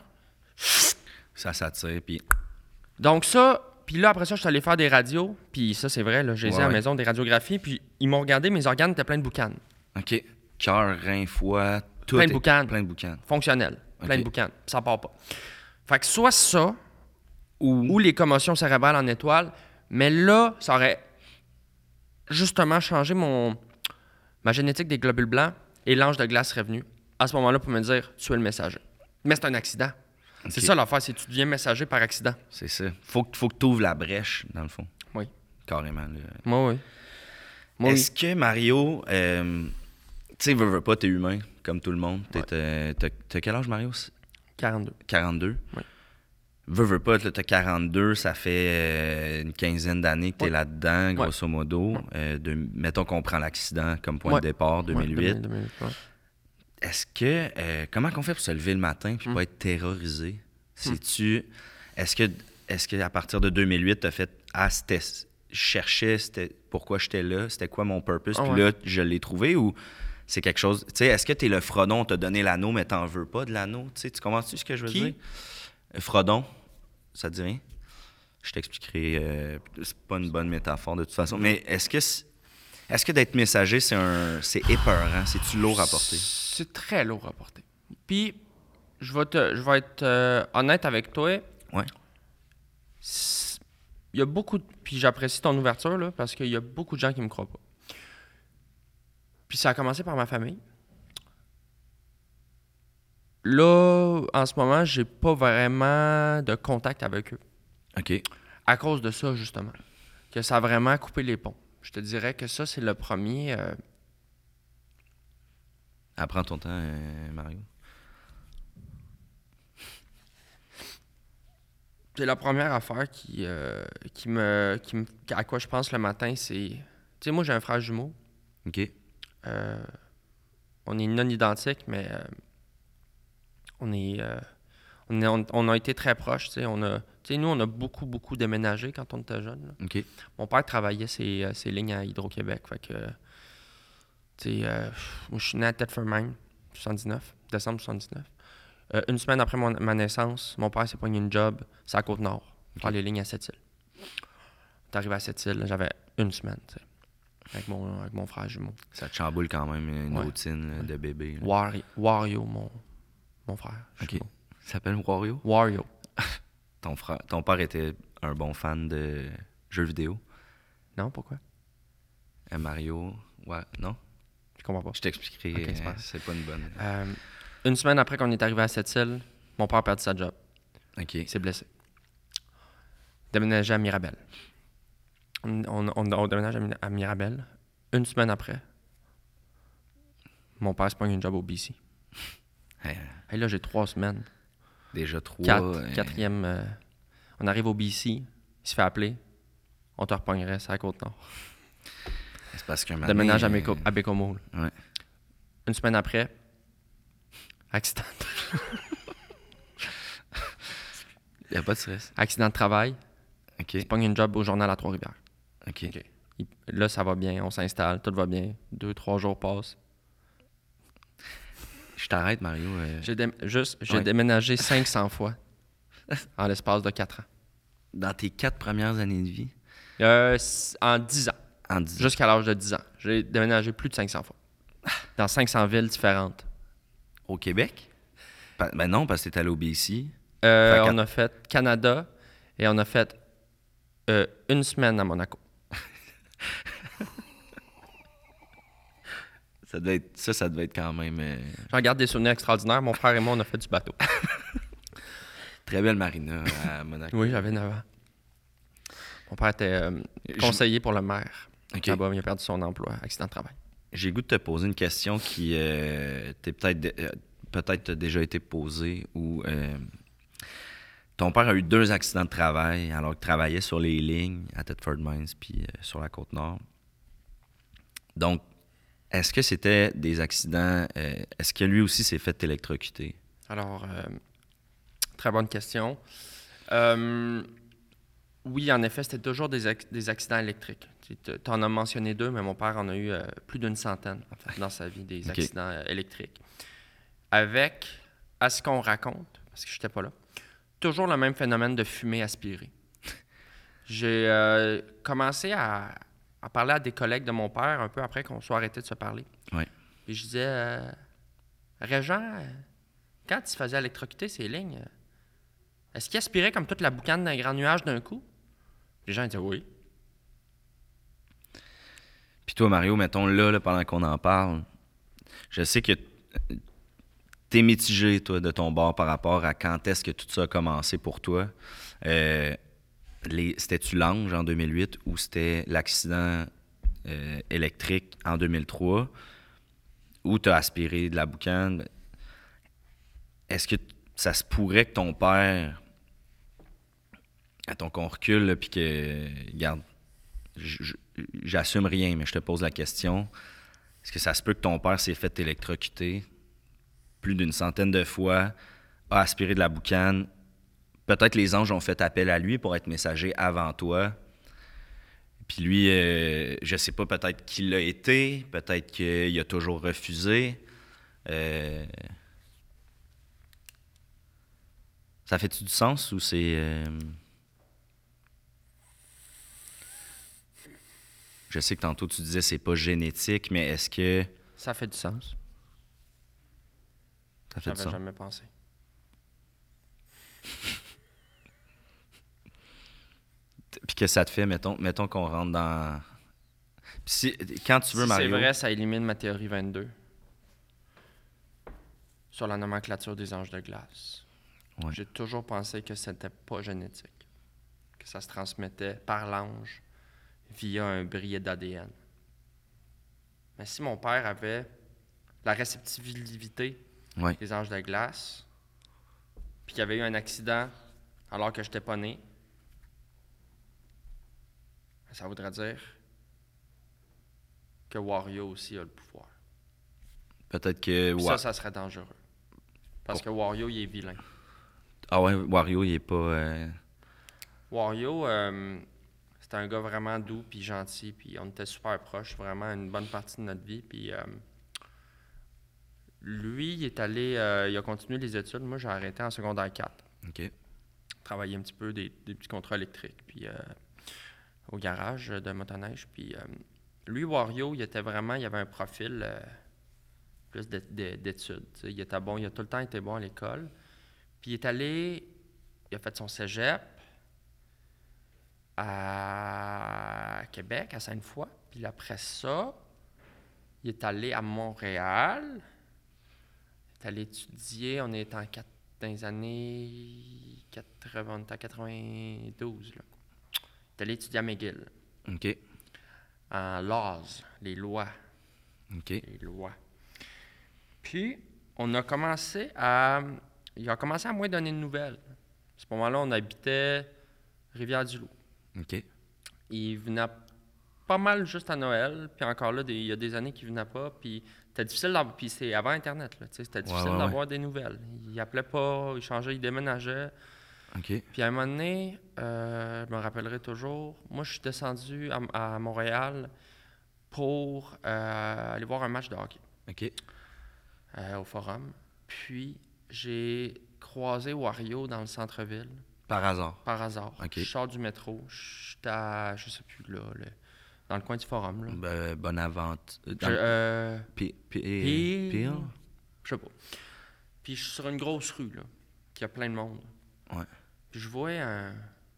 Speaker 1: Ça s'attire, puis...
Speaker 3: Donc ça... Puis là, après ça, je suis allé faire des radios. Puis ça, c'est vrai, là, j'ai
Speaker 1: Ouais,
Speaker 3: à la
Speaker 1: ouais.
Speaker 3: maison des radiographies. Puis ils m'ont regardé, mes organes étaient pleins de boucan.
Speaker 1: OK. Cœur, rein, foie, tout
Speaker 3: Plein de
Speaker 1: est-
Speaker 3: boucan.
Speaker 1: Plein de boucan.
Speaker 3: Fonctionnel. Plein
Speaker 1: OK.
Speaker 3: de boucan. Ça part pas. Fait que soit ça,
Speaker 1: Ou...
Speaker 3: ou les commotions cérébrales en étoile. Mais là, ça aurait justement changé mon ma génétique des globules blancs et l'ange de glace serait venu à ce moment-là pour me dire « Tu es le messager ». Mais c'est un accident. C'est
Speaker 1: OK.
Speaker 3: ça l'affaire, c'est que tu deviens messager par accident.
Speaker 1: C'est ça. Faut, que- faut que tu ouvres la brèche, dans le fond.
Speaker 3: Oui.
Speaker 1: Carrément. Là.
Speaker 3: Moi, oui. Moi,
Speaker 1: Est-ce que Mario... euh, tu sais, veux, veux pas, t'es humain, comme tout le monde. T'es,
Speaker 3: Ouais.
Speaker 1: euh, t'as, t'as quel âge, Mario?
Speaker 3: oui. quarante-deux.
Speaker 1: quarante-deux?
Speaker 3: Oui.
Speaker 1: Veux, veux pas, là, t'as quarante-deux, ça fait euh, une quinzaine d'années que t'es
Speaker 3: Ouais.
Speaker 1: là-dedans, grosso modo. Euh, de, mettons qu'on prend l'accident comme point
Speaker 3: Ouais.
Speaker 1: de départ, deux mille huit.
Speaker 3: Ouais, deux mille huit, ouais.
Speaker 1: Est-ce que... euh, comment qu'on fait pour se lever le matin puis
Speaker 3: Mm.
Speaker 1: pas être terrorisé? Si-tu... Est-ce que est-ce qu'à partir de deux mille huit, t'as fait « Ah, c'était... Je cherchais c'était pourquoi j'étais là, c'était quoi mon purpose,
Speaker 3: Ah
Speaker 1: puis
Speaker 3: ouais.
Speaker 1: là, je l'ai trouvé » ou c'est quelque chose... Tu sais, est-ce que t'es le Frodon, on t'a donné l'anneau, mais t'en veux pas de l'anneau? Tu sais, tu comprends-tu ce que je veux
Speaker 3: Qui?
Speaker 1: dire? Euh, Frodon, ça te dit rien? Je t'expliquerai. euh, c'est pas une bonne métaphore de toute façon, mais est-ce que... c'est- Est-ce que d'être messager, c'est un, c'est épeurant? C'est-tu lourd à porter?
Speaker 3: C'est très lourd à porter. Puis, je vais, te, je vais être euh, honnête avec toi.
Speaker 1: Ouais.
Speaker 3: C'est- Il y a beaucoup de... Puis j'apprécie ton ouverture, là, parce qu'il y a beaucoup de gens qui me croient pas. Puis ça a commencé par ma famille. Là, en ce moment, j'ai pas vraiment de contact avec eux.
Speaker 1: OK.
Speaker 3: À cause de ça, justement. Que ça a vraiment coupé les ponts. Je te dirais que ça, c'est le premier... euh,
Speaker 1: Apprends ton temps, euh, Mario.
Speaker 3: C'est la première affaire qui, euh, qui, me, qui me... À quoi je pense le matin, c'est... Tu sais, moi, j'ai un frère jumeau.
Speaker 1: OK.
Speaker 3: Euh, on est non identiques, mais euh, on est... euh, on, est on, on a été très proches, tu sais. On a... Tu sais, nous, on a beaucoup, beaucoup déménagé quand on était jeunes, là.
Speaker 1: OK.
Speaker 3: Mon père travaillait ses, euh, ses lignes à Hydro-Québec, fait que... Tu sais, euh, moi, je suis né à Thetford Mine, soixante-dix-neuf, décembre soixante-dix-neuf. Euh, une semaine après mon- ma naissance, mon père s'est pogné une job, c'est à Côte-Nord, faire
Speaker 1: Ok.
Speaker 3: les lignes à Sept-Îles. T'arrives à Sept-Îles, là, j'avais une semaine, tu sais. avec mon, avec mon frère jumeau.
Speaker 1: Ça te chamboule quand même une
Speaker 3: Ouais.
Speaker 1: routine là,
Speaker 3: Ouais.
Speaker 1: de bébé. là.
Speaker 3: Wari- Wario, mon, mon frère
Speaker 1: OK.
Speaker 3: jumeau.
Speaker 1: Il s'appelle Wario?
Speaker 3: Wario.
Speaker 1: Ton, frère, ton père était un bon fan de jeux vidéo.
Speaker 3: Non, pourquoi?
Speaker 1: Euh, Mario. Ouais, non?
Speaker 3: Je comprends pas.
Speaker 1: Je t'expliquerai.
Speaker 3: Ok, c'est
Speaker 1: euh,
Speaker 3: pas-
Speaker 1: c'est pas une bonne.
Speaker 3: Euh, une semaine après qu'on est arrivé à Sept-Îles, mon père a perdu sa job.
Speaker 1: OK.
Speaker 3: Il s'est blessé. Déménagé à Mirabel. On, on, on- on déménage à, Mi- à Mirabel. Une semaine après, mon père se pogne une job au B C.
Speaker 1: Hey,
Speaker 3: Et là, j'ai trois semaines.
Speaker 1: déjà trois.
Speaker 3: Quatre,
Speaker 1: euh,
Speaker 3: Quatrième. euh, on arrive au B C, il se fait appeler. On te repognerait, c'est à Côte-Nord.
Speaker 1: C'est parce qu'un moment
Speaker 3: Déménage
Speaker 1: donné,
Speaker 3: à, Méco-
Speaker 1: euh,
Speaker 3: à Bécomo.
Speaker 1: Ouais.
Speaker 3: Une semaine après, accident,
Speaker 1: Y a pas de stress.
Speaker 3: accident de travail.
Speaker 1: OK.
Speaker 3: Il pogne une job au journal à Trois-Rivières.
Speaker 1: OK.
Speaker 3: OK. Il- là, ça va bien, on s'installe, tout va bien. Deux, trois jours passent.
Speaker 1: Je t'arrête, Mario. euh,
Speaker 3: J'ai dé- juste, j'ai
Speaker 1: Ouais.
Speaker 3: déménagé cinq cents fois en l'espace de quatre ans.
Speaker 1: Dans tes quatre premières années de vie,
Speaker 3: Euh, s- en dix ans,
Speaker 1: en dix ans.
Speaker 3: jusqu'à l'âge de dix ans, j'ai déménagé plus de cinq cents fois. Dans cinq cents villes différentes.
Speaker 1: Au Québec? Pa- ben non, parce que t'es allé au B C.
Speaker 3: Euh,
Speaker 1: Fait qu'à-
Speaker 3: on a fait Canada et on a fait euh, une semaine à Monaco.
Speaker 1: Ça, devait être, ça, ça devait être quand même euh,
Speaker 3: J'en garde des souvenirs extraordinaires. Mon frère et moi, on a fait du bateau.
Speaker 1: très belle marina à Monaco.
Speaker 3: Oui, j'avais neuf ans. Mon père était euh,
Speaker 1: Je-
Speaker 3: conseiller pour le maire.
Speaker 1: OK.
Speaker 3: Là-bas, il a perdu son emploi, accident de travail.
Speaker 1: J'ai le goût de te poser une question qui euh, t'est peut-être dé- euh, peut-être t'a déjà été posée ou euh, ton père a eu deux accidents de travail alors qu'il travaillait sur les lignes à Thetford Mines puis euh, sur la Côte-Nord. Donc, est-ce que c'était des accidents... euh, est-ce que lui aussi s'est fait électrocuter?
Speaker 3: Alors, euh, très bonne question. Euh, oui, en effet, c'était toujours des, ac- des accidents électriques. Tu en as mentionné deux, mais mon père en a eu euh, plus d'une centaine en fait, dans sa vie, des
Speaker 1: Ok.
Speaker 3: accidents euh, électriques. Avec, à ce qu'on raconte, parce que je n'étais pas là, toujours le même phénomène de fumée aspirée. J'ai euh, commencé à, à parler à des collègues de mon père un peu après qu'on soit arrêté de se parler.
Speaker 1: Ouais.
Speaker 3: Puis je disais, euh, Régent, euh, quand il se faisait électrocuter ces lignes, euh, est-ce qu'il aspirait comme toute la boucane d'un grand nuage d'un coup? Les gens disaient oui.
Speaker 1: Puis toi, Mario, mettons là, là, pendant qu'on en parle, je sais que t'es mitigé, toi, de ton bord par rapport à quand est-ce que tout ça a commencé pour toi. Euh, les- c'était-tu l'ange en deux mille huit ou c'était l'accident euh, électrique en deux mille trois où t'as aspiré de la boucane? Est-ce que t- ça se pourrait que ton père, attends qu'on recule, là, puis que, regarde, je- je- j'assume rien, mais je te pose la question. Est-ce que ça se peut que ton père s'est fait électrocuter plus d'une centaine de fois, a aspiré de la boucane? Peut-être les anges ont fait appel à lui pour être messager avant toi. Puis lui, euh, je sais pas, peut-être qu'il l'a été, peut-être qu'il a toujours refusé. Euh, Ça fait-tu du sens ou c'est... euh, Je sais que tantôt tu disais c'est pas génétique, mais est-ce que
Speaker 3: Ça fait du sens.
Speaker 1: ça fait du
Speaker 3: J'avais
Speaker 1: sens?
Speaker 3: jamais pensé.
Speaker 1: Puis que ça te fait, mettons, mettons qu'on rentre dans... Puis si- quand tu veux,
Speaker 3: Si
Speaker 1: Mario...
Speaker 3: c'est vrai, ça élimine ma théorie vingt-deux sur la nomenclature des anges de glace.
Speaker 1: Ouais.
Speaker 3: J'ai toujours pensé que c'était pas génétique, que ça se transmettait par l'ange via un brillet d'A D N. Mais si mon père avait la réceptivité
Speaker 1: Ouais.
Speaker 3: des anges de glace, puis qu'il y avait eu un accident alors que je n'étais pas né, ça voudrait dire que Wario aussi a le pouvoir.
Speaker 1: Peut-être que...
Speaker 3: Puis
Speaker 1: Wa-
Speaker 3: ça, ça serait dangereux. Parce que Wario, il est vilain.
Speaker 1: Ah ouais, Wario, il est pas... euh,
Speaker 3: Wario, euh, c'était un gars vraiment doux puis gentil, puis on était super proches, vraiment une bonne partie de notre vie. Puis euh, lui, il est allé, euh, il a continué les études. Moi, j'ai arrêté en secondaire quatre.
Speaker 1: OK.
Speaker 3: Travaillé un petit peu des, des petits contrats électriques, puis euh, au garage de motoneige. Puis euh, lui, Wario, il était vraiment, il avait un profil euh, plus d'é- d'é- d'études. tu sais. Il était bon, il a tout le temps été bon à l'école. Puis il est allé, il a fait son cégep à Québec, à Sainte-Foy. Puis après ça, il est allé à Montréal. Il est allé étudier, on est en quat- dans les années quatre-vingts, on est en quatre-vingt-douze. Là. Il est allé étudier à McGill,
Speaker 1: OK.
Speaker 3: en laws, les lois.
Speaker 1: OK.
Speaker 3: Les lois. Puis, on a commencé à... Il a commencé à moins donner de nouvelles. À ce moment-là, on habitait Rivière-du-Loup.
Speaker 1: OK.
Speaker 3: Il venait pas mal juste à Noël, puis encore là, des- il y a des années qu'il venait pas, puis c'était difficile d'avoir... Puis c'est avant Internet, là, tu sais, c'était difficile
Speaker 1: ouais, ouais.
Speaker 3: d'avoir des nouvelles. Il appelait pas, il changeait, il déménageait.
Speaker 1: OK.
Speaker 3: Puis à un moment donné, euh, je me rappellerai toujours, moi, je suis descendu à, à Montréal pour euh, aller voir un match de hockey.
Speaker 1: OK.
Speaker 3: euh, au forum. Puis, j'ai croisé Wario dans le centre-ville,
Speaker 1: Par hasard.
Speaker 3: par hasard.
Speaker 1: Ok.
Speaker 3: Je sors du métro, j'étais à, je sais plus, là, le- dans le coin du forum, là.
Speaker 1: Ben, bonne avante.
Speaker 3: Je,
Speaker 1: Dans...
Speaker 3: euh,
Speaker 1: Pi- pi-
Speaker 3: Pile.
Speaker 1: Pile?
Speaker 3: je sais pas. Puis, je suis sur une grosse rue, là, qui a plein de monde.
Speaker 1: Ouais.
Speaker 3: Puis, je vois un...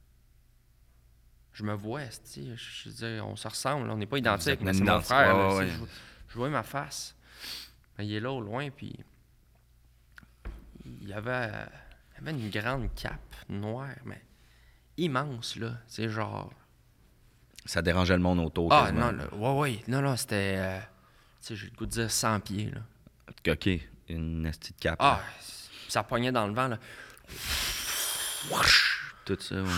Speaker 3: Je me vois, esti, je, je veux dire, on se ressemble, là, on n'est pas identiques, mais c'est mon
Speaker 1: identiques,
Speaker 3: frère,
Speaker 1: ouais,
Speaker 3: là,
Speaker 1: ouais,
Speaker 3: tu sais,
Speaker 1: ouais.
Speaker 3: Je, je vois ma face. Ben, il est là au loin, puis il y avait, il y avait une grande cape noire, mais immense, là. C'est genre...
Speaker 1: Ça dérangeait le monde autour.
Speaker 3: Ah,
Speaker 1: quasiment.
Speaker 3: non, là, ouais, ouais. Non, non, c'était... euh, tu sais, j'ai le goût de dire cent pieds, là.
Speaker 1: OK. Une petite cape.
Speaker 3: Ah,
Speaker 1: là.
Speaker 3: ça pognait dans le vent, là.
Speaker 1: Tout ça, ouais.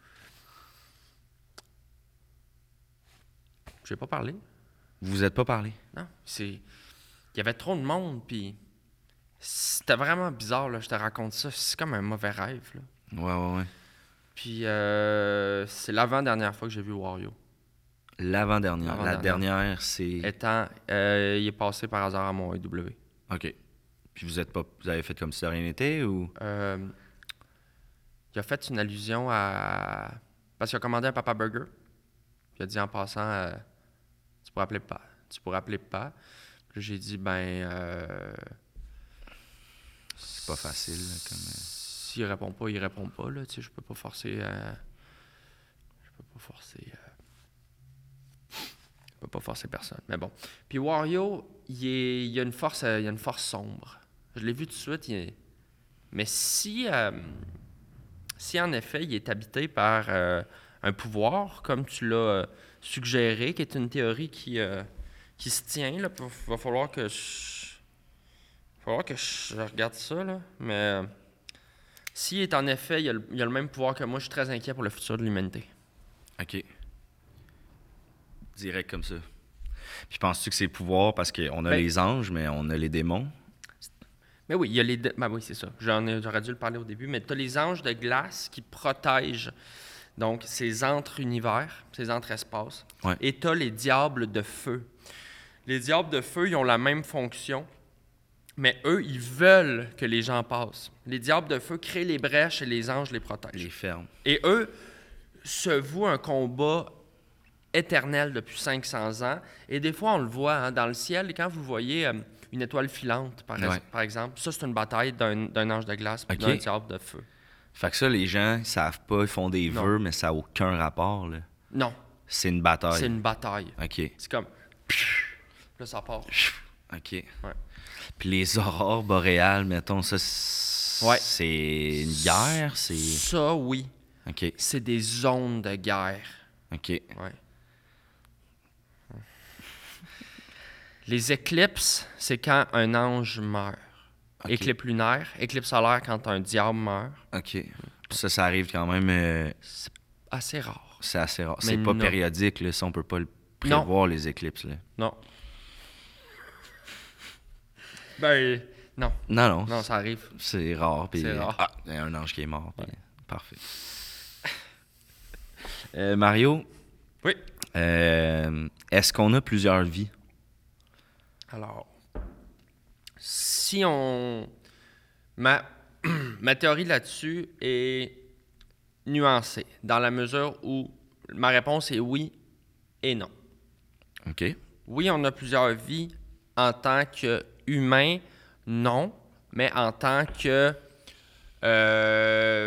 Speaker 3: J'ai pas parlé.
Speaker 1: Vous vous êtes pas parlé?
Speaker 3: Non, c'est... Il y avait trop de monde, puis c'était vraiment bizarre, là. Je te raconte ça. C'est comme un mauvais rêve, là.
Speaker 1: Ouais, ouais, ouais.
Speaker 3: Puis euh, c'est l'avant-dernière fois que j'ai vu Wario.
Speaker 1: L'avant-dernière. La
Speaker 3: L'avant-dernière.
Speaker 1: dernière, c'est...
Speaker 3: Étant... euh, il est passé par hasard à mon A W.
Speaker 1: OK. Puis vous êtes pas... Vous avez fait comme si de rien n'était ou...
Speaker 3: Euh, il a fait une allusion à... Parce qu'il a commandé un Papa Burger. Puis il a dit en passant, euh, tu pourrais appeler pas. Tu pourrais appeler pas. Puis j'ai dit, ben... Euh,
Speaker 1: C'est pas facile, là, comme... euh,
Speaker 3: S'il répond pas, il répond pas, là. Tu sais, je peux pas forcer... euh, je peux pas forcer... euh, je peux pas forcer personne. Mais bon. Puis Wario, il, est, il a une force, euh, il a une force sombre. Je l'ai vu tout de suite. il est- Mais si... euh, si en effet, il est habité par euh, un pouvoir, comme tu l'as euh, suggéré, qui est une théorie qui, euh, qui se tient, il va falloir que je... va falloir que je regarde ça, là. Mais euh, s'il est en effet, il a, le, il a le même pouvoir que moi, je suis très inquiet pour le futur de l'humanité.
Speaker 1: OK. Direct comme ça. Puis penses-tu que c'est le pouvoir parce qu'on a
Speaker 3: Ben-
Speaker 1: les anges, mais on a les démons?
Speaker 3: Mais oui, il y a les... dé- Ben oui, c'est ça. J'en ai- J'aurais dû le parler au début, mais tu as les anges de glace qui protègent donc ces entre-univers, ces entre-espaces.
Speaker 1: Ouais.
Speaker 3: Et tu as les diables de feu. Les diables de feu, ils ont la même fonction, mais eux, ils veulent que les gens passent. Les diables de feu créent les brèches et les anges les protègent.
Speaker 1: Les fermes.
Speaker 3: Et eux se vouent un combat éternel depuis cinq cents ans. Et des fois, on le voit hein, dans le ciel. Et quand vous voyez euh, une étoile filante, par,
Speaker 1: Ouais.
Speaker 3: par exemple, ça, c'est une bataille d'un d'un ange de glace et
Speaker 1: Ok.
Speaker 3: d'un diable de feu.
Speaker 1: Fait que ça, les gens, ils savent pas, ils font des
Speaker 3: Non.
Speaker 1: vœux, mais ça n'a aucun rapport, là.
Speaker 3: Non,
Speaker 1: C'est une bataille.
Speaker 3: c'est une bataille.
Speaker 1: OK.
Speaker 3: C'est comme... Là, ça part.
Speaker 1: OK. Puis les aurores boréales, mettons, ça, c'est
Speaker 3: Ouais.
Speaker 1: c'est une guerre, c'est...
Speaker 3: Ça, oui,
Speaker 1: OK.
Speaker 3: c'est des zones de guerre.
Speaker 1: OK.
Speaker 3: Ouais. Les éclipses, c'est quand un ange meurt.
Speaker 1: OK.
Speaker 3: Éclipse lunaire, éclipse solaire quand un diable meurt.
Speaker 1: OK. Puis ça, ça arrive quand même... euh,
Speaker 3: C'est assez rare.
Speaker 1: c'est assez rare.
Speaker 3: Mais
Speaker 1: C'est pas
Speaker 3: non.
Speaker 1: périodique, là. Ça, on peut pas le prévoir, les éclipses, là.
Speaker 3: Non. Ben, non.
Speaker 1: Non, non.
Speaker 3: Non, ça arrive.
Speaker 1: C'est rare. Puis...
Speaker 3: C'est rare.
Speaker 1: Ah, il y a un ange qui est mort. puis- Parfait. Euh, Mario,
Speaker 3: Oui.
Speaker 1: euh, est-ce qu'on a plusieurs vies?
Speaker 3: Alors, si on... Ma, ma théorie là-dessus est nuancée, dans la mesure où ma réponse est oui et non.
Speaker 1: OK.
Speaker 3: Oui, on a plusieurs vies en tant qu'humain, non, mais en tant que... euh,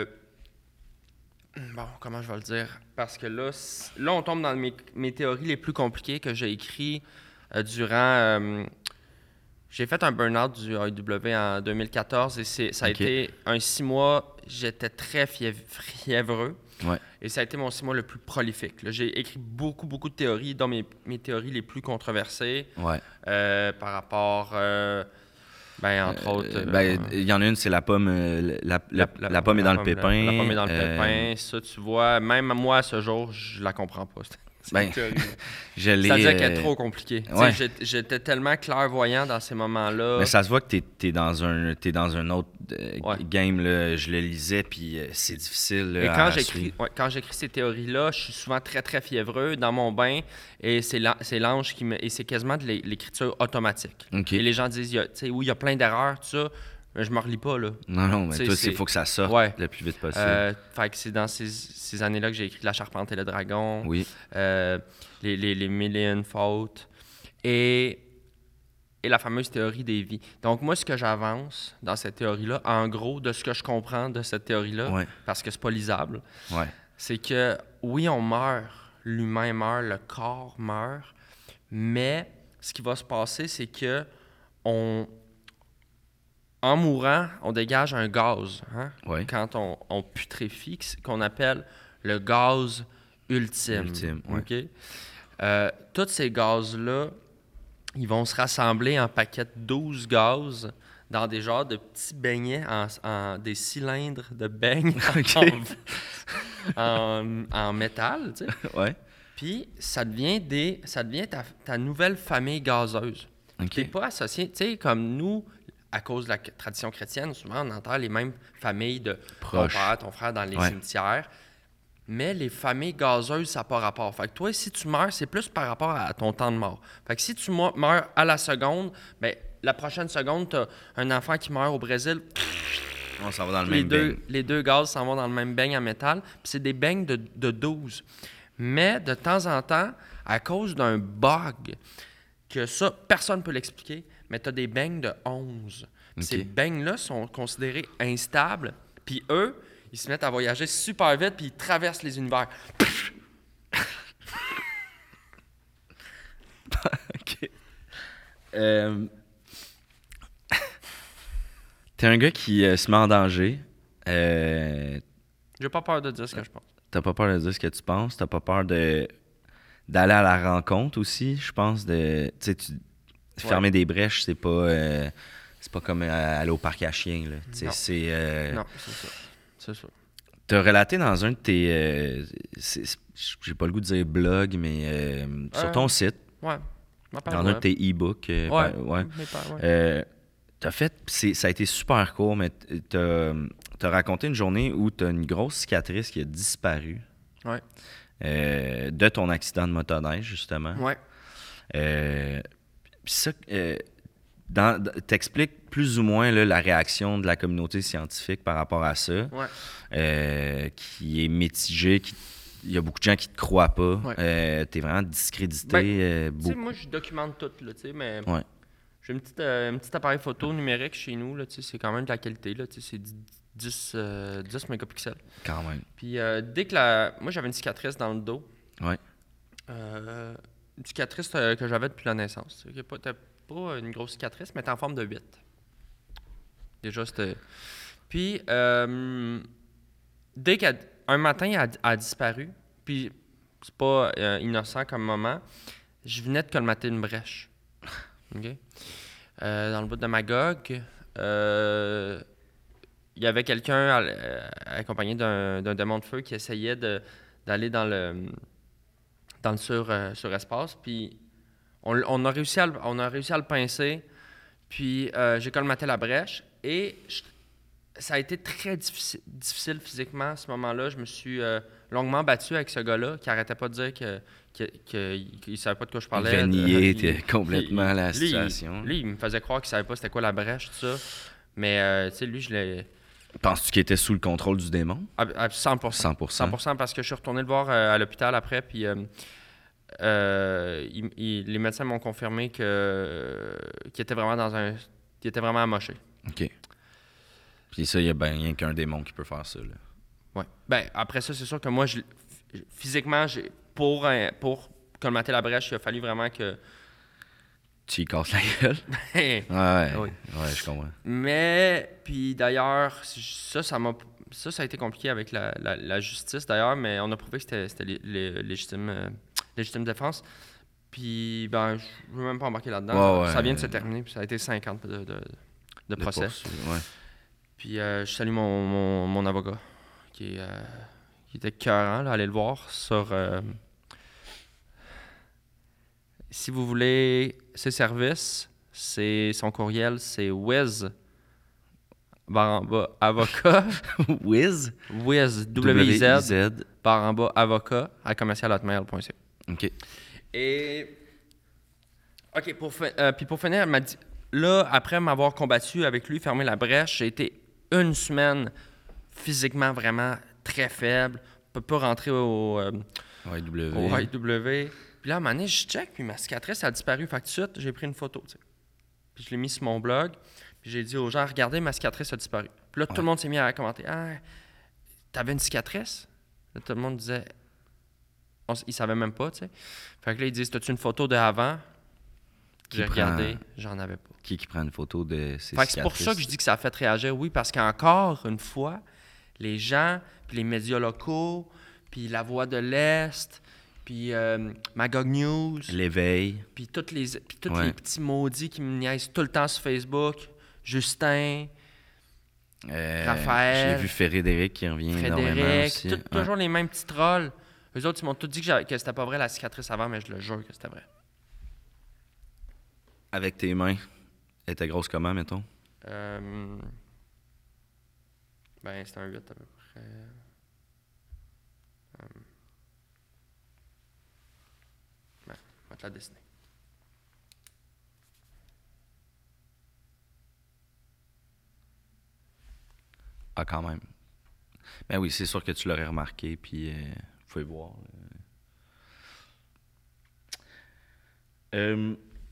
Speaker 3: Bon, comment je vais le dire? Parce que là, c- là on tombe dans mes, mes théories les plus compliquées que j'ai écrites euh, durant... euh, j'ai fait un burn-out du A E W en deux mille quatorze et c'est, ça a
Speaker 1: OK.
Speaker 3: été un six mois, j'étais très fièv- fiévreux.
Speaker 1: Ouais.
Speaker 3: Et ça a été mon six mois le plus prolifique. Là, j'ai écrit beaucoup, beaucoup de théories, dont mes, mes théories les plus controversées
Speaker 1: Ouais.
Speaker 3: euh, par rapport, euh, ben, entre autres...
Speaker 1: Euh,
Speaker 3: euh,
Speaker 1: ben, il y en a une, c'est la pomme. euh, la, la, la pomme est dans le pépin.
Speaker 3: La, la pomme est dans le
Speaker 1: euh,
Speaker 3: pépin. Ça, tu vois, même moi, à ce jour, je la comprends pas. cette- cette
Speaker 1: Ben,
Speaker 3: théorie-là.
Speaker 1: Je l'ai.
Speaker 3: C'est-à-dire qu'elle est
Speaker 1: euh,
Speaker 3: trop compliquée. Tu sais,
Speaker 1: ouais.
Speaker 3: j'étais- J'étais tellement clairvoyant dans ces moments-là.
Speaker 1: Mais ça se voit que t'es, t'es dans un t'es dans un autre euh,
Speaker 3: Ouais.
Speaker 1: game là. Je le lisais puis euh, c'est difficile là,
Speaker 3: Et
Speaker 1: à
Speaker 3: quand j'écris,
Speaker 1: suivre.
Speaker 3: ouais, quand j'écris ces théories-là, je suis souvent très, très fiévreux dans mon bain et c'est l'an- c'est l'ange qui me... Et c'est quasiment de l'é- l'écriture automatique.
Speaker 1: Ok.
Speaker 3: Et les gens disent, il y a- tu sais, oui, il y a plein d'erreurs, tout ça, mais je me relis pas, là.
Speaker 1: Non non, mais
Speaker 3: T'sais,
Speaker 1: toi
Speaker 3: c'est-
Speaker 1: il faut que ça sorte
Speaker 3: Ouais.
Speaker 1: le plus vite possible.
Speaker 3: Euh, fait que c'est dans ces, ces années-là que j'ai écrit La Charpente et le Dragon,
Speaker 1: Oui.
Speaker 3: euh, les, les, les Mille et une fautes et, et la fameuse théorie des vies. Donc, moi, ce que j'avance dans cette théorie-là, en gros, de ce que je comprends de cette théorie-là,
Speaker 1: Ouais.
Speaker 3: parce que c'est pas lisable,
Speaker 1: Ouais.
Speaker 3: c'est que oui, on meurt, l'humain meurt, le corps meurt, mais ce qui va se passer, c'est que on, en mourant, on dégage un gaz. Hein?
Speaker 1: Ouais.
Speaker 3: Quand on, on putréfie, qu'on appelle le gaz ultime.
Speaker 1: Ultime, ouais.
Speaker 3: OK? Euh, tous ces gaz-là, ils vont se rassembler en paquets de douze gaz dans des genres de petits beignets, en, en- des cylindres de beignes
Speaker 1: OK.
Speaker 3: en, en- en métal, tu sais.
Speaker 1: Ouais.
Speaker 3: Puis ça devient, des, ça devient ta, ta nouvelle famille gazeuse. T'es
Speaker 1: OK.
Speaker 3: pas associé, tu sais, comme nous, à cause de la c- tradition chrétienne, souvent on entend les mêmes familles de
Speaker 1: Proches.
Speaker 3: ton père, ton frère dans les
Speaker 1: Ouais.
Speaker 3: cimetières. Mais les familles gazeuses, ça n'a pas rapport. Fait que toi, si tu meurs, c'est plus par rapport à ton temps de mort. Fait que si tu mo- meurs à la seconde, ben la prochaine seconde, tu as un enfant qui meurt au Brésil,
Speaker 1: On s'en va dans le
Speaker 3: les
Speaker 1: même
Speaker 3: deux,
Speaker 1: beigne.
Speaker 3: les deux gaz s'en vont dans le même beigne en métal. Puis c'est des beignes de, de douze. Mais de temps en temps, à cause d'un bug, que ça, personne ne peut l'expliquer, mais tu as des beignes de onze. Puis
Speaker 1: Ok.
Speaker 3: Ces beignes-là sont considérés instables. Puis eux, ils se mettent à voyager super vite, puis ils traversent les univers.
Speaker 1: OK. Euh, T'es un gars qui euh, se met en danger. Euh,
Speaker 3: J'ai pas peur de dire ce que je pense.
Speaker 1: T'as pas peur de dire ce que tu penses. T'as pas peur de d'aller à la rencontre aussi, je pense. De, tu sais, tu- fermer des brèches, c'est pas euh, c'est pas comme euh, aller au parc à chiens. Là. Tu sais,
Speaker 3: Non.
Speaker 1: c'est euh,
Speaker 3: Non, c'est ça. C'est ça.
Speaker 1: T'as relaté dans un de tes euh, c'est- c'est- j'ai pas le goût de dire blog, mais euh, sur
Speaker 3: Euh,
Speaker 1: ton site,
Speaker 3: Ouais. Ma part,
Speaker 1: dans un de tes e-books. euh,
Speaker 3: Ouais.
Speaker 1: ben, ouais.
Speaker 3: Mes parents, ouais.
Speaker 1: Euh, t'as fait, c'est- ça a été super court, mais t- t'as as raconté une journée où t'as une grosse cicatrice qui a disparu
Speaker 3: Ouais.
Speaker 1: euh, de ton accident de motoneige, justement.
Speaker 3: Ouais.
Speaker 1: Euh, Puis ça, euh, dans- dans- t'expliques plus ou moins là, la réaction de la communauté scientifique par rapport à ça,
Speaker 3: Ouais.
Speaker 1: euh, qui est mitigée, qui il y a beaucoup de gens qui te croient pas.
Speaker 3: Ouais.
Speaker 1: Euh, t'es vraiment discrédité.
Speaker 3: Ben,
Speaker 1: euh,
Speaker 3: Tu sais,
Speaker 1: beaucoup.
Speaker 3: moi, je documente tout, là, tu sais, mais
Speaker 1: Ouais.
Speaker 3: j'ai une petite, euh, un petit appareil photo numérique chez nous, là, tu sais, c'est quand même de la qualité, là, tu sais, c'est dix, euh, dix mégapixels.
Speaker 1: Quand même.
Speaker 3: Puis euh, dès que la... Moi, j'avais une cicatrice dans le dos.
Speaker 1: Ouais.
Speaker 3: Euh, une cicatrice euh, que j'avais depuis la naissance. C'était pas, c'était pas une grosse cicatrice, mais c'était en forme de huit. Déjà, c'était... Puis, euh, dès qu'un matin, elle a, elle a disparu, puis c'est pas euh, innocent comme moment, je venais de colmater une brèche. OK? Euh, dans le bout de Magog, euh, il y avait quelqu'un euh, accompagné d'un, d'un démon de feu qui essayait de, d'aller dans le, dans le sur, euh, surespace, puis on, on, a réussi à le, on a réussi à le pincer, puis euh, j'ai colmaté la brèche, et je- ça a été très difficile, difficile physiquement à ce moment-là. Je me suis euh, longuement battu avec ce gars-là qui arrêtait pas de dire que, que, que, qu'il ne savait pas de quoi je
Speaker 1: Il
Speaker 3: parlais.
Speaker 1: devait nier
Speaker 3: Il-
Speaker 1: t'es complètement la
Speaker 3: lui, il-
Speaker 1: situation.
Speaker 3: Lui, il me faisait croire qu'il savait pas c'était quoi la brèche, tout ça. Mais, euh, tu sais, lui, je l'ai...
Speaker 1: Penses-tu qu'il était sous le contrôle du démon?
Speaker 3: À, à cent pour cent.
Speaker 1: cent pour cent.
Speaker 3: cent pour cent parce que je suis retourné le voir euh, à l'hôpital après, puis euh, euh, il- il- les médecins m'ont confirmé que, euh, qu'il était vraiment dans un... qu'il était vraiment amoché.
Speaker 1: OK. Puis ça, il y a ben rien qu'un démon qui peut faire ça, là.
Speaker 3: Ouais. Ben, après ça, c'est sûr que moi, je, physiquement, j'ai, pour, un- pour colmater la brèche, il a fallu vraiment que...
Speaker 1: Tu y casses la gueule? Ouais, ouais,
Speaker 3: Oui.
Speaker 1: ouais, je comprends.
Speaker 3: Mais, puis d'ailleurs, ça, ça m'a... Ça, ça a été compliqué avec la, la, la justice, d'ailleurs, mais on a prouvé que c'était, c'était lé- lé- légitime, euh, légitime défense. Puis, ben, je ne veux même pas embarquer là-dedans.
Speaker 1: Ouais, ouais.
Speaker 3: Ça vient de se terminer, puis ça a été cinq ans de, de, de
Speaker 1: De
Speaker 3: procès.
Speaker 1: poursuivre, ouais.
Speaker 3: Puis, euh, je salue mon, mon, mon avocat, qui, est, euh, qui était cœurant, là, allez le voir sur... euh, si vous voulez ses services, c'est, son courriel, c'est Wiz, barre en bas, avocat,
Speaker 1: Wiz?
Speaker 3: Wiz, W-I-Z,
Speaker 1: W-I-Z.
Speaker 3: barre en bas, avocat, à commercial hotmail point c a.
Speaker 1: OK.
Speaker 3: Et, OK, pour, fi- euh, puis pour finir, elle m'a dit, là, après m'avoir combattu avec lui, fermé la brèche, j'ai été une semaine physiquement vraiment très faible, peut pas rentrer au, euh,
Speaker 1: Ouais, W.
Speaker 3: au I W. Puis là, à un moment donné, je check, puis ma cicatrice a disparu. Fait que tout de suite, j'ai pris une photo, tu sais. Puis je l'ai mis sur mon blog, puis j'ai dit aux gens, regardez, ma cicatrice a disparu. Puis là, tout
Speaker 1: Ouais.
Speaker 3: le monde s'est mis à commenter, ah, t'avais une cicatrice? Là, tout le monde disait, on s- ils savaient même pas, tu sais. Fait que là, ils disent, t'as-tu une photo de avant?
Speaker 1: Qui
Speaker 3: J'ai
Speaker 1: prend-
Speaker 3: regardé, j'en avais pas.
Speaker 1: Qui qui prend une photo de ses
Speaker 3: Fait que c'est pour ça
Speaker 1: cicatrices?
Speaker 3: que je dis que ça a fait réagir, oui, parce qu'encore une fois, les gens, puis les médias locaux, puis La Voix de l'Est, puis euh, Magog News,
Speaker 1: L'éveil.
Speaker 3: puis tous les, puis tous
Speaker 1: Ouais.
Speaker 3: les petits maudits qui me niaisent tout le temps sur Facebook, Justin,
Speaker 1: Euh,
Speaker 3: Raphaël,
Speaker 1: J'ai vu Frédéric qui revient énormément
Speaker 3: Frédéric,
Speaker 1: aussi.
Speaker 3: tout-
Speaker 1: Ouais.
Speaker 3: toujours les mêmes petits trolls. Eux autres, ils m'ont tous dit que, j'avais- que c'était pas vrai la cicatrice avant, mais je le jure que c'était vrai.
Speaker 1: Avec tes mains. Elle était grosse comment, mettons?
Speaker 3: Euh, ben, c'était un huit à peu près. Euh, ben, on va te la dessiner.
Speaker 1: Ah, quand même. Ben oui, c'est sûr que tu l'aurais remarqué, puis euh, vous pouvez voir. là. Euh,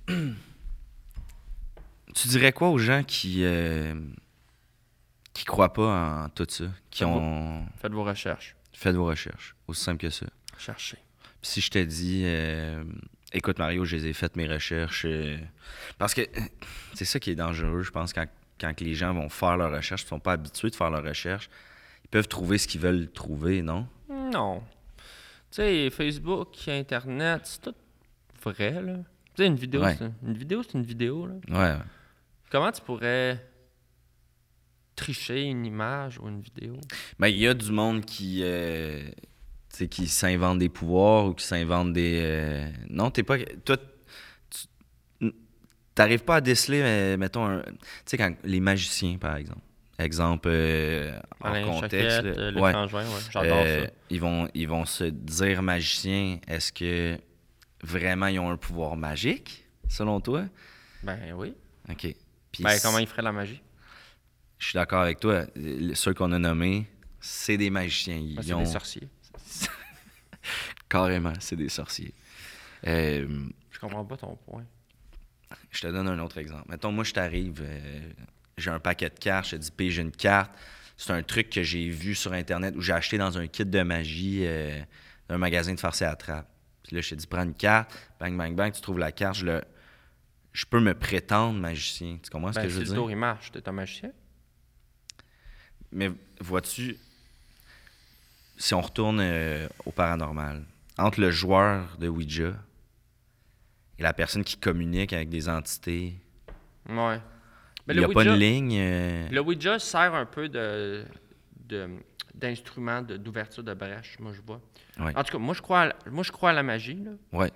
Speaker 1: tu dirais quoi aux gens qui euh, qui croient pas en tout ça, qui
Speaker 3: Faites vos-
Speaker 1: ont
Speaker 3: Faites vos recherches.
Speaker 1: fait vos recherches, aussi simple que ça.
Speaker 3: Cherchez.
Speaker 1: Puis si je te dis, euh, écoute Mario, je les ai faites mes recherches, euh, parce que euh, c'est ça qui est dangereux, je pense, quand, quand les gens vont faire leurs recherches, ils sont pas habitués de faire leurs recherches, ils peuvent trouver ce qu'ils veulent trouver, non?
Speaker 3: Non. Tu sais, Facebook, Internet, c'est tout vrai, là. Tu sais, une vidéo,
Speaker 1: Ouais.
Speaker 3: c'est une vidéo, c'est une vidéo, là.
Speaker 1: Ouais.
Speaker 3: Comment tu pourrais tricher une image ou une vidéo?
Speaker 1: Ben, il y a du monde qui, euh, tu sais, qui s'invente des pouvoirs ou qui s'invente des... euh, Non, t'es pas... Toi, tu t'arrives pas à déceler, euh, mettons, un... tu sais, quand les magiciens, par exemple. Exemple, euh, en
Speaker 3: Alain
Speaker 1: contexte.
Speaker 3: Choquette,
Speaker 1: là.
Speaker 3: euh,
Speaker 1: Ouais.
Speaker 3: l'étranger, ouais. J'adore
Speaker 1: Euh,
Speaker 3: ça.
Speaker 1: Ils vont, ils vont se dire magiciens. Est-ce que vraiment ils ont un pouvoir magique, selon toi?
Speaker 3: Ben oui.
Speaker 1: OK. Puis
Speaker 3: Ben,
Speaker 1: c-
Speaker 3: comment ils feraient la magie?
Speaker 1: je suis d'accord avec toi. Euh, Ceux qu'on a nommés, c'est des magiciens. Ils
Speaker 3: Ben, c'est
Speaker 1: ont...
Speaker 3: des sorciers.
Speaker 1: Carrément, c'est des sorciers. Euh,
Speaker 3: Je comprends pas ton point.
Speaker 1: je te donne un autre exemple. Mettons, moi, je t'arrive, euh, j'ai un paquet de cartes, je te dis, paye, j'ai une carte. C'est un truc que j'ai vu sur Internet ou j'ai acheté dans un kit de magie euh, d'un magasin de farce et attrape. Puis là, je te dis, prends une carte, bang, bang, bang, tu trouves la carte, je le... Je peux me prétendre magicien. Tu comprends ce
Speaker 3: Ben,
Speaker 1: que je
Speaker 3: si
Speaker 1: veux
Speaker 3: le
Speaker 1: dire?
Speaker 3: tour, il marche, t'es un magicien?
Speaker 1: Mais vois-tu, si on retourne euh, au paranormal, entre le joueur de Ouija et la personne qui communique avec des entités,
Speaker 3: Ouais. Ben,
Speaker 1: il n'y
Speaker 3: le
Speaker 1: a pas
Speaker 3: Ouija-
Speaker 1: une ligne. euh,
Speaker 3: Le Ouija sert un peu de, de- d'instrument de- d'ouverture de brèche, moi je vois.
Speaker 1: Ouais.
Speaker 3: En tout cas, moi je crois à, la- moi, je crois à la magie. Là.
Speaker 1: Ouais.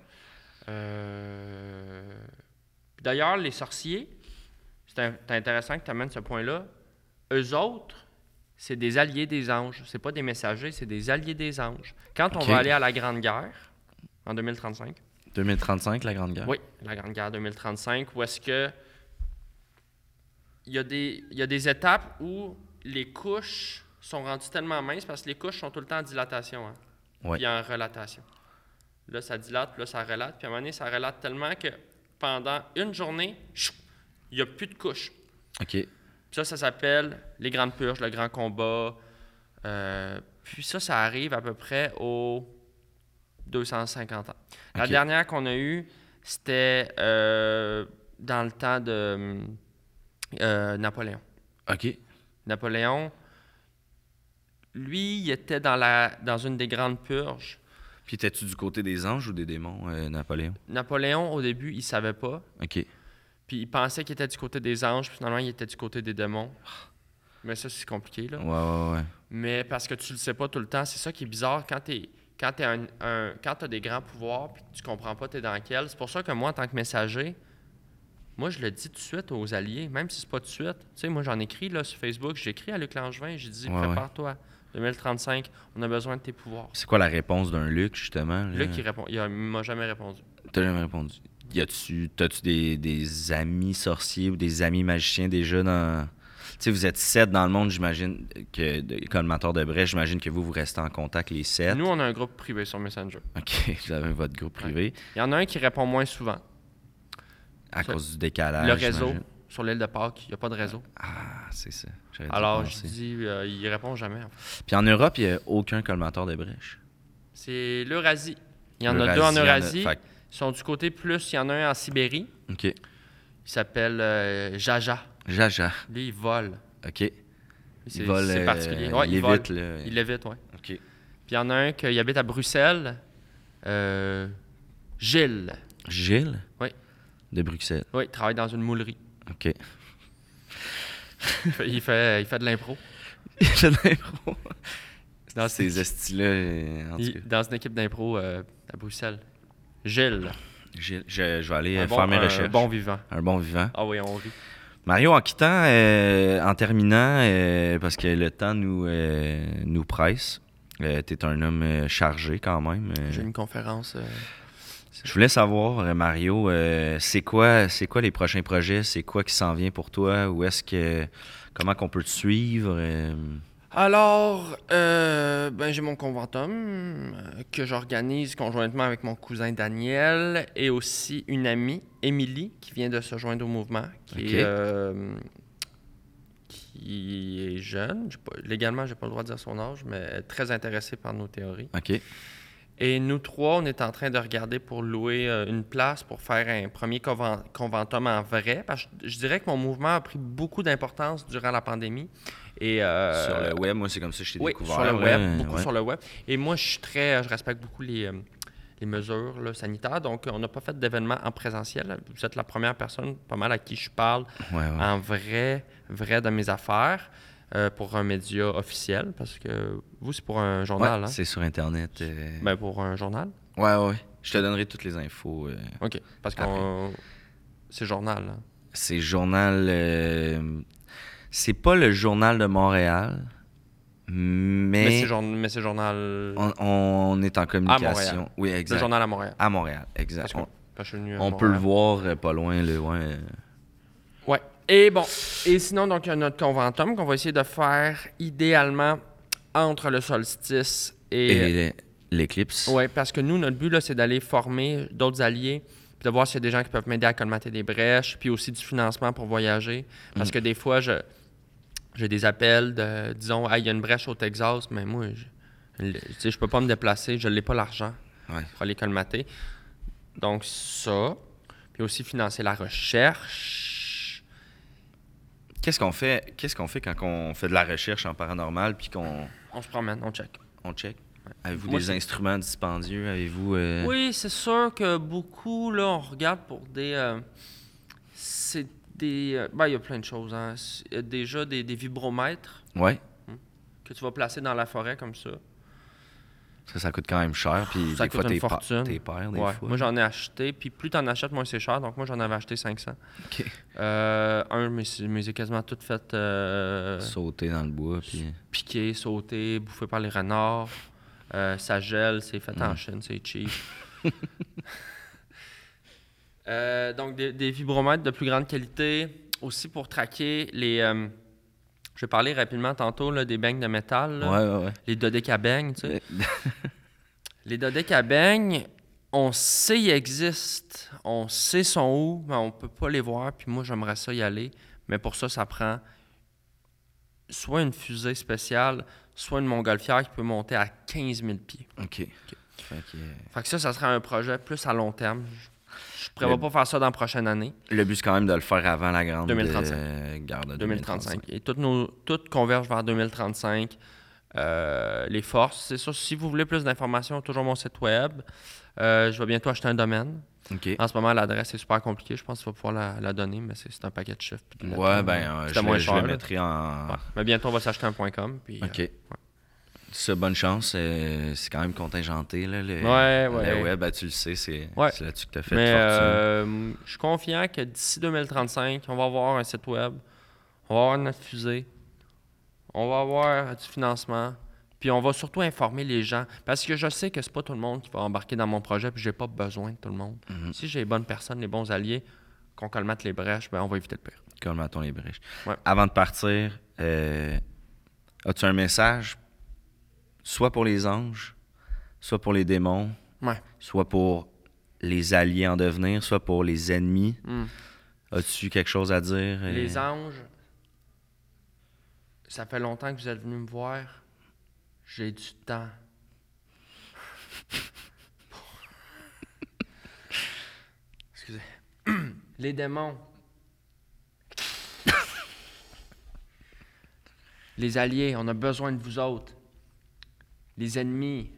Speaker 3: Euh, puis D'ailleurs, les sorciers, c'est un- c'est intéressant que tu amènes ce point-là. Eux autres, c'est des alliés des anges. C'est pas des messagers, c'est des alliés des anges. Quand on
Speaker 1: Ok.
Speaker 3: va aller à la Grande Guerre, en deux mille trente-cinq,
Speaker 1: deux mille trente-cinq, la Grande Guerre.
Speaker 3: oui, la Grande Guerre deux mille trente-cinq, où est-ce que il y, a des, il y a des étapes où les couches sont rendues tellement minces parce que les couches sont tout le temps en dilatation hein,
Speaker 1: Ouais.
Speaker 3: puis en relatation. là, ça dilate, puis là, ça relate. Puis à un moment donné, ça relate tellement que pendant une journée, chou, il n'y a plus de couches.
Speaker 1: OK.
Speaker 3: Puis ça, ça s'appelle les grandes purges, le grand combat. Euh, puis ça, ça arrive à peu près aux deux cent cinquante ans. La
Speaker 1: OK.
Speaker 3: dernière qu'on a eue, c'était euh, dans le temps de euh, Napoléon.
Speaker 1: OK.
Speaker 3: Napoléon, lui, il était dans, la, dans une des grandes purges.
Speaker 1: Puis étais-tu du côté des anges ou des démons, euh, Napoléon?
Speaker 3: Napoléon, au début, il ne savait pas.
Speaker 1: OK.
Speaker 3: Puis il pensait qu'il était du côté des anges, puis finalement, il était du côté des démons. Mais ça, c'est compliqué, là.
Speaker 1: Ouais, ouais, ouais.
Speaker 3: Mais parce que tu le sais pas tout le temps, c'est ça qui est bizarre. Quand tu quand t'es un, un, quand as des grands pouvoirs, puis tu comprends pas t'es dans quel. C'est pour ça que moi, en tant que messager, moi, je le dis tout de suite aux alliés, même si c'est pas tout de suite. Tu sais, moi, j'en écris là, sur Facebook, j'écris à Luc Langevin, j'ai dit,
Speaker 1: Ouais,
Speaker 3: prépare-toi, deux mille trente-cinq, on a besoin de tes pouvoirs.
Speaker 1: C'est quoi la réponse d'un Luc, justement? là?
Speaker 3: Luc, il répond, il a- il m'a jamais répondu.
Speaker 1: T'as jamais répondu. Y a-tu, t'as-tu des, des amis sorciers ou des amis magiciens déjà dans... Tu sais, vous êtes sept dans le monde, j'imagine, que de- collimateur de brèche, j'imagine que vous, vous restez en contact les sept.
Speaker 3: Nous, on a un groupe privé sur Messenger.
Speaker 1: OK, vous avez votre groupe privé.
Speaker 3: Il y en a un qui répond moins souvent.
Speaker 1: À
Speaker 3: Ça-
Speaker 1: cause du décalage,
Speaker 3: le réseau,
Speaker 1: j'imagine.
Speaker 3: sur l'île de Pâques, il n'y a pas de réseau.
Speaker 1: Ah, c'est ça. J'aurais dû
Speaker 3: Alors,
Speaker 1: penser.
Speaker 3: je dis, euh, il répond jamais. En fait.
Speaker 1: Puis en Europe, il n'y a aucun collimateur de brèche.
Speaker 3: C'est l'Eurasie. Il y en a
Speaker 1: Eurasie,
Speaker 3: deux en
Speaker 1: il y en a-
Speaker 3: Eurasie.
Speaker 1: fait
Speaker 3: Ils sont du côté plus, il y en a un en Sibérie.
Speaker 1: que- OK.
Speaker 3: Il s'appelle euh, Jaja.
Speaker 1: Jaja.
Speaker 3: Lui, il vole.
Speaker 1: OK.
Speaker 3: Lui,
Speaker 1: Il
Speaker 3: C'est
Speaker 1: vole,
Speaker 3: c'est
Speaker 1: euh,
Speaker 3: particulier. Ouais,
Speaker 1: il
Speaker 3: il, vole.
Speaker 1: évite, là.
Speaker 3: Il l'évite, oui.
Speaker 1: OK.
Speaker 3: Puis il y en a un qui habite à Bruxelles. Euh, Gilles.
Speaker 1: Gilles?
Speaker 3: Oui.
Speaker 1: De Bruxelles.
Speaker 3: Oui, il travaille dans une moulerie.
Speaker 1: OK.
Speaker 3: Il fait, il fait, il fait de l'impro.
Speaker 1: J'ai de l'impro.
Speaker 3: Dans,
Speaker 1: Ces estis-là, euh, en tout
Speaker 3: il-
Speaker 1: cas.
Speaker 3: dans une équipe d'impro euh, à Bruxelles. Gilles.
Speaker 1: Gilles, je, je vais aller euh,
Speaker 3: Un bon,
Speaker 1: faire mes
Speaker 3: un
Speaker 1: recherches.
Speaker 3: bon vivant.
Speaker 1: Un bon vivant.
Speaker 3: Ah oui, on rit.
Speaker 1: Mario, en quittant, euh, en terminant, euh, parce que le temps nous, euh, nous presse, euh, tu es un homme euh, chargé quand même. euh.
Speaker 3: J'ai une conférence. euh,
Speaker 1: Je voulais savoir, euh, Mario, euh, c'est quoi, c'est quoi les prochains projets? C'est quoi qui s'en vient pour toi? Où est-ce que, comment qu'on peut te suivre? euh?
Speaker 3: Alors, euh, ben, j'ai mon conventum euh, que j'organise conjointement avec mon cousin Daniel et aussi une amie, Émilie, qui vient de se joindre au mouvement, qui,
Speaker 1: Ok.
Speaker 3: est, euh, qui est jeune. J'ai pas- légalement, je n'ai pas le droit de dire son âge, mais elle est très intéressée par nos théories.
Speaker 1: OK.
Speaker 3: Et nous trois, on est en train de regarder pour louer euh, une place pour faire un premier conven- conventum en vrai. Parce que je, je dirais que mon mouvement a pris beaucoup d'importance durant la pandémie. Et, euh,
Speaker 1: Sur le web, moi, c'est comme ça que je t'ai
Speaker 3: oui,
Speaker 1: découvert.
Speaker 3: sur le
Speaker 1: là,
Speaker 3: web, beaucoup
Speaker 1: ouais.
Speaker 3: sur le web. Et moi, je suis très, je respecte beaucoup les, euh, les mesures là, sanitaires. Donc, on n'a pas fait d'événement en présentiel. Vous êtes la première personne, pas mal, à qui je parle
Speaker 1: Ouais, ouais.
Speaker 3: en vrai, vrai de mes affaires euh, pour un média officiel. Parce que vous, c'est pour un journal,
Speaker 1: Ouais,
Speaker 3: hein?
Speaker 1: c'est sur Internet. euh.
Speaker 3: Ben, pour un journal.
Speaker 1: Ouais, ouais. Je te donnerai toutes les infos. euh.
Speaker 3: OK. Parce qu'on. C'est journal. Hein.
Speaker 1: C'est journal. euh, C'est pas le journal de Montréal, mais,
Speaker 3: Mais, c'est, jour- mais c'est journal.
Speaker 1: on, on est en communication.
Speaker 3: Montréal.
Speaker 1: Oui,
Speaker 3: Le
Speaker 1: exact.
Speaker 3: journal à Montréal.
Speaker 1: À Montréal, exact.
Speaker 3: Parce que,
Speaker 1: On,
Speaker 3: parce que je suis venu à
Speaker 1: on peut le
Speaker 3: Montréal.
Speaker 1: voir euh, pas loin, le loin. euh.
Speaker 3: Ouais. Et bon. Et sinon, donc, il y a notre conventum qu'on va essayer de faire idéalement entre le solstice et.
Speaker 1: Et l'é- l'éclipse.
Speaker 3: Oui, parce que nous, notre but, là, c'est d'aller former d'autres alliés, puis de voir s'il y a des gens qui peuvent m'aider à colmater des brèches, puis aussi du financement pour voyager. Parce
Speaker 1: Mm.
Speaker 3: que des fois, je, j'ai des appels de, disons, ah, il y a une brèche au Texas, mais moi, je ne je peux pas me déplacer, je n'ai pas l'argent
Speaker 1: Ouais.
Speaker 3: pour aller colmater. Donc, ça. Puis aussi financer la recherche.
Speaker 1: Qu'est-ce qu'on fait Qu'est-ce qu'on fait quand on fait de la recherche en paranormal puis qu'on
Speaker 3: On se promène, on check.
Speaker 1: on check? Avez-vous
Speaker 3: Moi,
Speaker 1: des
Speaker 3: c'est-
Speaker 1: instruments dispendieux? Avez-vous... euh,
Speaker 3: Oui, c'est sûr que beaucoup, là, on regarde pour des... euh, c'est des... euh, ben, il y a plein de choses, hein. C'est- il y a déjà des, des vibromètres
Speaker 1: Ouais.
Speaker 3: que tu vas placer dans la forêt comme ça.
Speaker 1: Ça, ça coûte quand même cher. Puis
Speaker 3: Ça
Speaker 1: des
Speaker 3: coûte
Speaker 1: fois,
Speaker 3: une
Speaker 1: t'es pa-
Speaker 3: fortune.
Speaker 1: t'es père, des
Speaker 3: Ouais.
Speaker 1: fois.
Speaker 3: Moi, j'en ai acheté. Puis plus t'en achètes, moins c'est cher. Donc moi, j'en avais acheté cinq cents.
Speaker 1: OK.
Speaker 3: Euh, un, mais c'est mais c'est quasiment tout fait euh,
Speaker 1: Sauter dans le bois. Puis...
Speaker 3: piqué, sauté, bouffé par les renards. Euh, ça gèle, c'est fait en
Speaker 1: Mm.
Speaker 3: Chine, c'est cheap. Euh, donc, des, des vibromètres de plus grande qualité. Aussi pour traquer les... euh, je vais parler rapidement tantôt là, des beignes de métal. là.
Speaker 1: Ouais, ouais, ouais.
Speaker 3: Les dodécabeignes, tu sais.
Speaker 1: Euh,
Speaker 3: Les dodécabeignes, on sait ils existent, on sait sont où, mais on peut pas les voir. Puis moi, j'aimerais ça y aller. Mais pour ça, ça prend soit une fusée spéciale, soit une montgolfière qui peut monter à quinze mille pieds.
Speaker 1: OK. Fait que, euh,
Speaker 3: Fait que ça, ça serait un projet plus à long terme. Je ne prévois
Speaker 1: Le-
Speaker 3: pas faire ça dans la prochaine année,
Speaker 1: le but, c'est quand même de le faire avant la grande
Speaker 3: deux mille trente-cinq.
Speaker 1: euh, guerre de
Speaker 3: deux mille trente-cinq. Et toutes nos, toutes convergent vers deux mille trente-cinq. Euh, les forces, c'est ça. Si vous voulez plus d'informations, toujours mon site web. Euh, je vais bientôt acheter un domaine.
Speaker 1: OK.
Speaker 3: En ce moment, l'adresse est super compliquée. Je pense qu'il va pouvoir la, la donner, mais c'est, c'est un paquet de chiffres. puis de lettres,
Speaker 1: Ouais,
Speaker 3: là.
Speaker 1: ben, euh,
Speaker 3: C'était
Speaker 1: je,
Speaker 3: moins
Speaker 1: le- je
Speaker 3: cher,
Speaker 1: le
Speaker 3: là.
Speaker 1: mettrai en...
Speaker 3: Ouais. Mais bientôt, on va s'acheter un .com. Puis,
Speaker 1: OK.
Speaker 3: euh,
Speaker 1: Ça, bonne chance. euh, c'est quand même contingenté, là, le,
Speaker 3: Ouais, ouais.
Speaker 1: le web. Ben, tu le sais, c'est,
Speaker 3: Ouais.
Speaker 1: c'est là-dessus que tu as fait
Speaker 3: mais
Speaker 1: fortune.
Speaker 3: euh, je suis confiant que d'ici deux mille trente-cinq, on va avoir un site web, on va avoir notre fusée, on va avoir du financement, puis on va surtout informer les gens. Parce que je sais que c'est pas tout le monde qui va embarquer dans mon projet, puis j'ai pas besoin de tout le monde.
Speaker 1: Mhm.
Speaker 3: Si j'ai les bonnes personnes, les bons alliés, qu'on colmate les brèches, ben on va éviter le pire.
Speaker 1: Colmatons les brèches.
Speaker 3: Ouais.
Speaker 1: Avant de partir, euh, as-tu un message, soit pour les anges, soit pour les démons,
Speaker 3: Ouais.
Speaker 1: soit pour les alliés en devenir, soit pour les ennemis?
Speaker 3: Hmm.
Speaker 1: As-tu quelque chose à dire? euh?
Speaker 3: Les anges, ça fait longtemps que vous êtes venus me voir. J'ai du temps. Excusez. Les démons. Les alliés, on a besoin de vous autres. Les ennemis.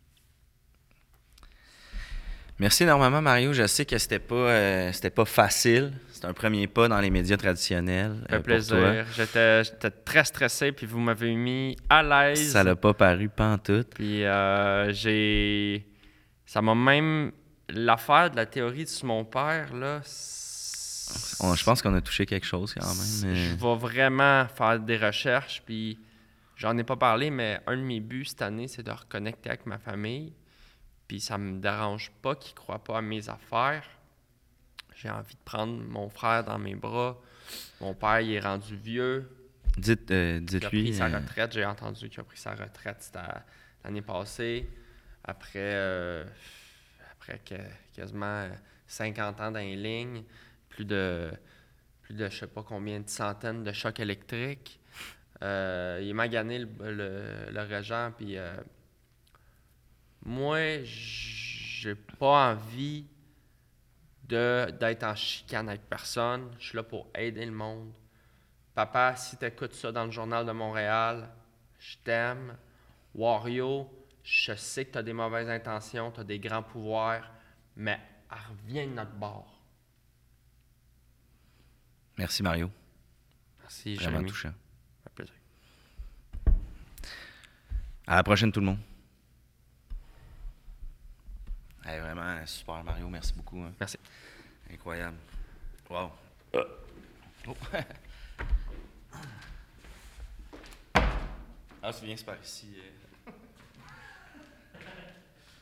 Speaker 1: Merci énormément, Mario. Je sais que c'était pas, euh, c'était pas facile. C'est un premier pas dans les médias traditionnels.
Speaker 3: Ça fait
Speaker 1: euh, pour
Speaker 3: plaisir.
Speaker 1: toi.
Speaker 3: J'étais, j'étais très stressé, puis vous m'avez mis à l'aise.
Speaker 1: Ça l'a pas paru pantoute.
Speaker 3: Puis euh, j'ai. Ça m'a même. L'affaire de la théorie de mon père, là. c'est-
Speaker 1: On- je pense qu'on a touché quelque chose quand même.
Speaker 3: Je
Speaker 1: euh.
Speaker 3: vais vraiment faire des recherches, puis j'en ai pas parlé, mais un de mes buts cette année, c'est de reconnecter avec ma famille. Puis ça me dérange pas qu'ils croient pas à mes affaires. J'ai envie de prendre mon frère dans mes bras. Mon père, il est rendu vieux.
Speaker 1: Dites, euh,
Speaker 3: Il a
Speaker 1: dites-lui.
Speaker 3: pris sa
Speaker 1: euh,
Speaker 3: retraite. J'ai entendu qu'il a pris sa retraite c'était à- l'année passée. Après, euh, après que- quasiment cinquante ans dans les lignes, plus de, plus de je sais pas combien de centaines de chocs électriques. Euh, il est magané le, le, le régent, puis euh, moi, j'ai pas envie de, d'être en chicane avec personne. Je suis là pour aider le monde. Papa, si tu écoutes ça dans le Journal de Montréal, je t'aime. Wario, je sais que tu as des mauvaises intentions, tu as des grands pouvoirs, mais reviens de notre bord.
Speaker 1: Merci, Mario.
Speaker 3: Merci,
Speaker 1: Vraiment
Speaker 3: Jérémy.
Speaker 1: touchant.
Speaker 3: Ça fait plaisir.
Speaker 1: À la prochaine, tout le monde. Hey, vraiment, super, Mario. Merci beaucoup. hein.
Speaker 3: Merci.
Speaker 1: Incroyable. Wow. Oh. Ah, tu viens, c'est par ici. euh.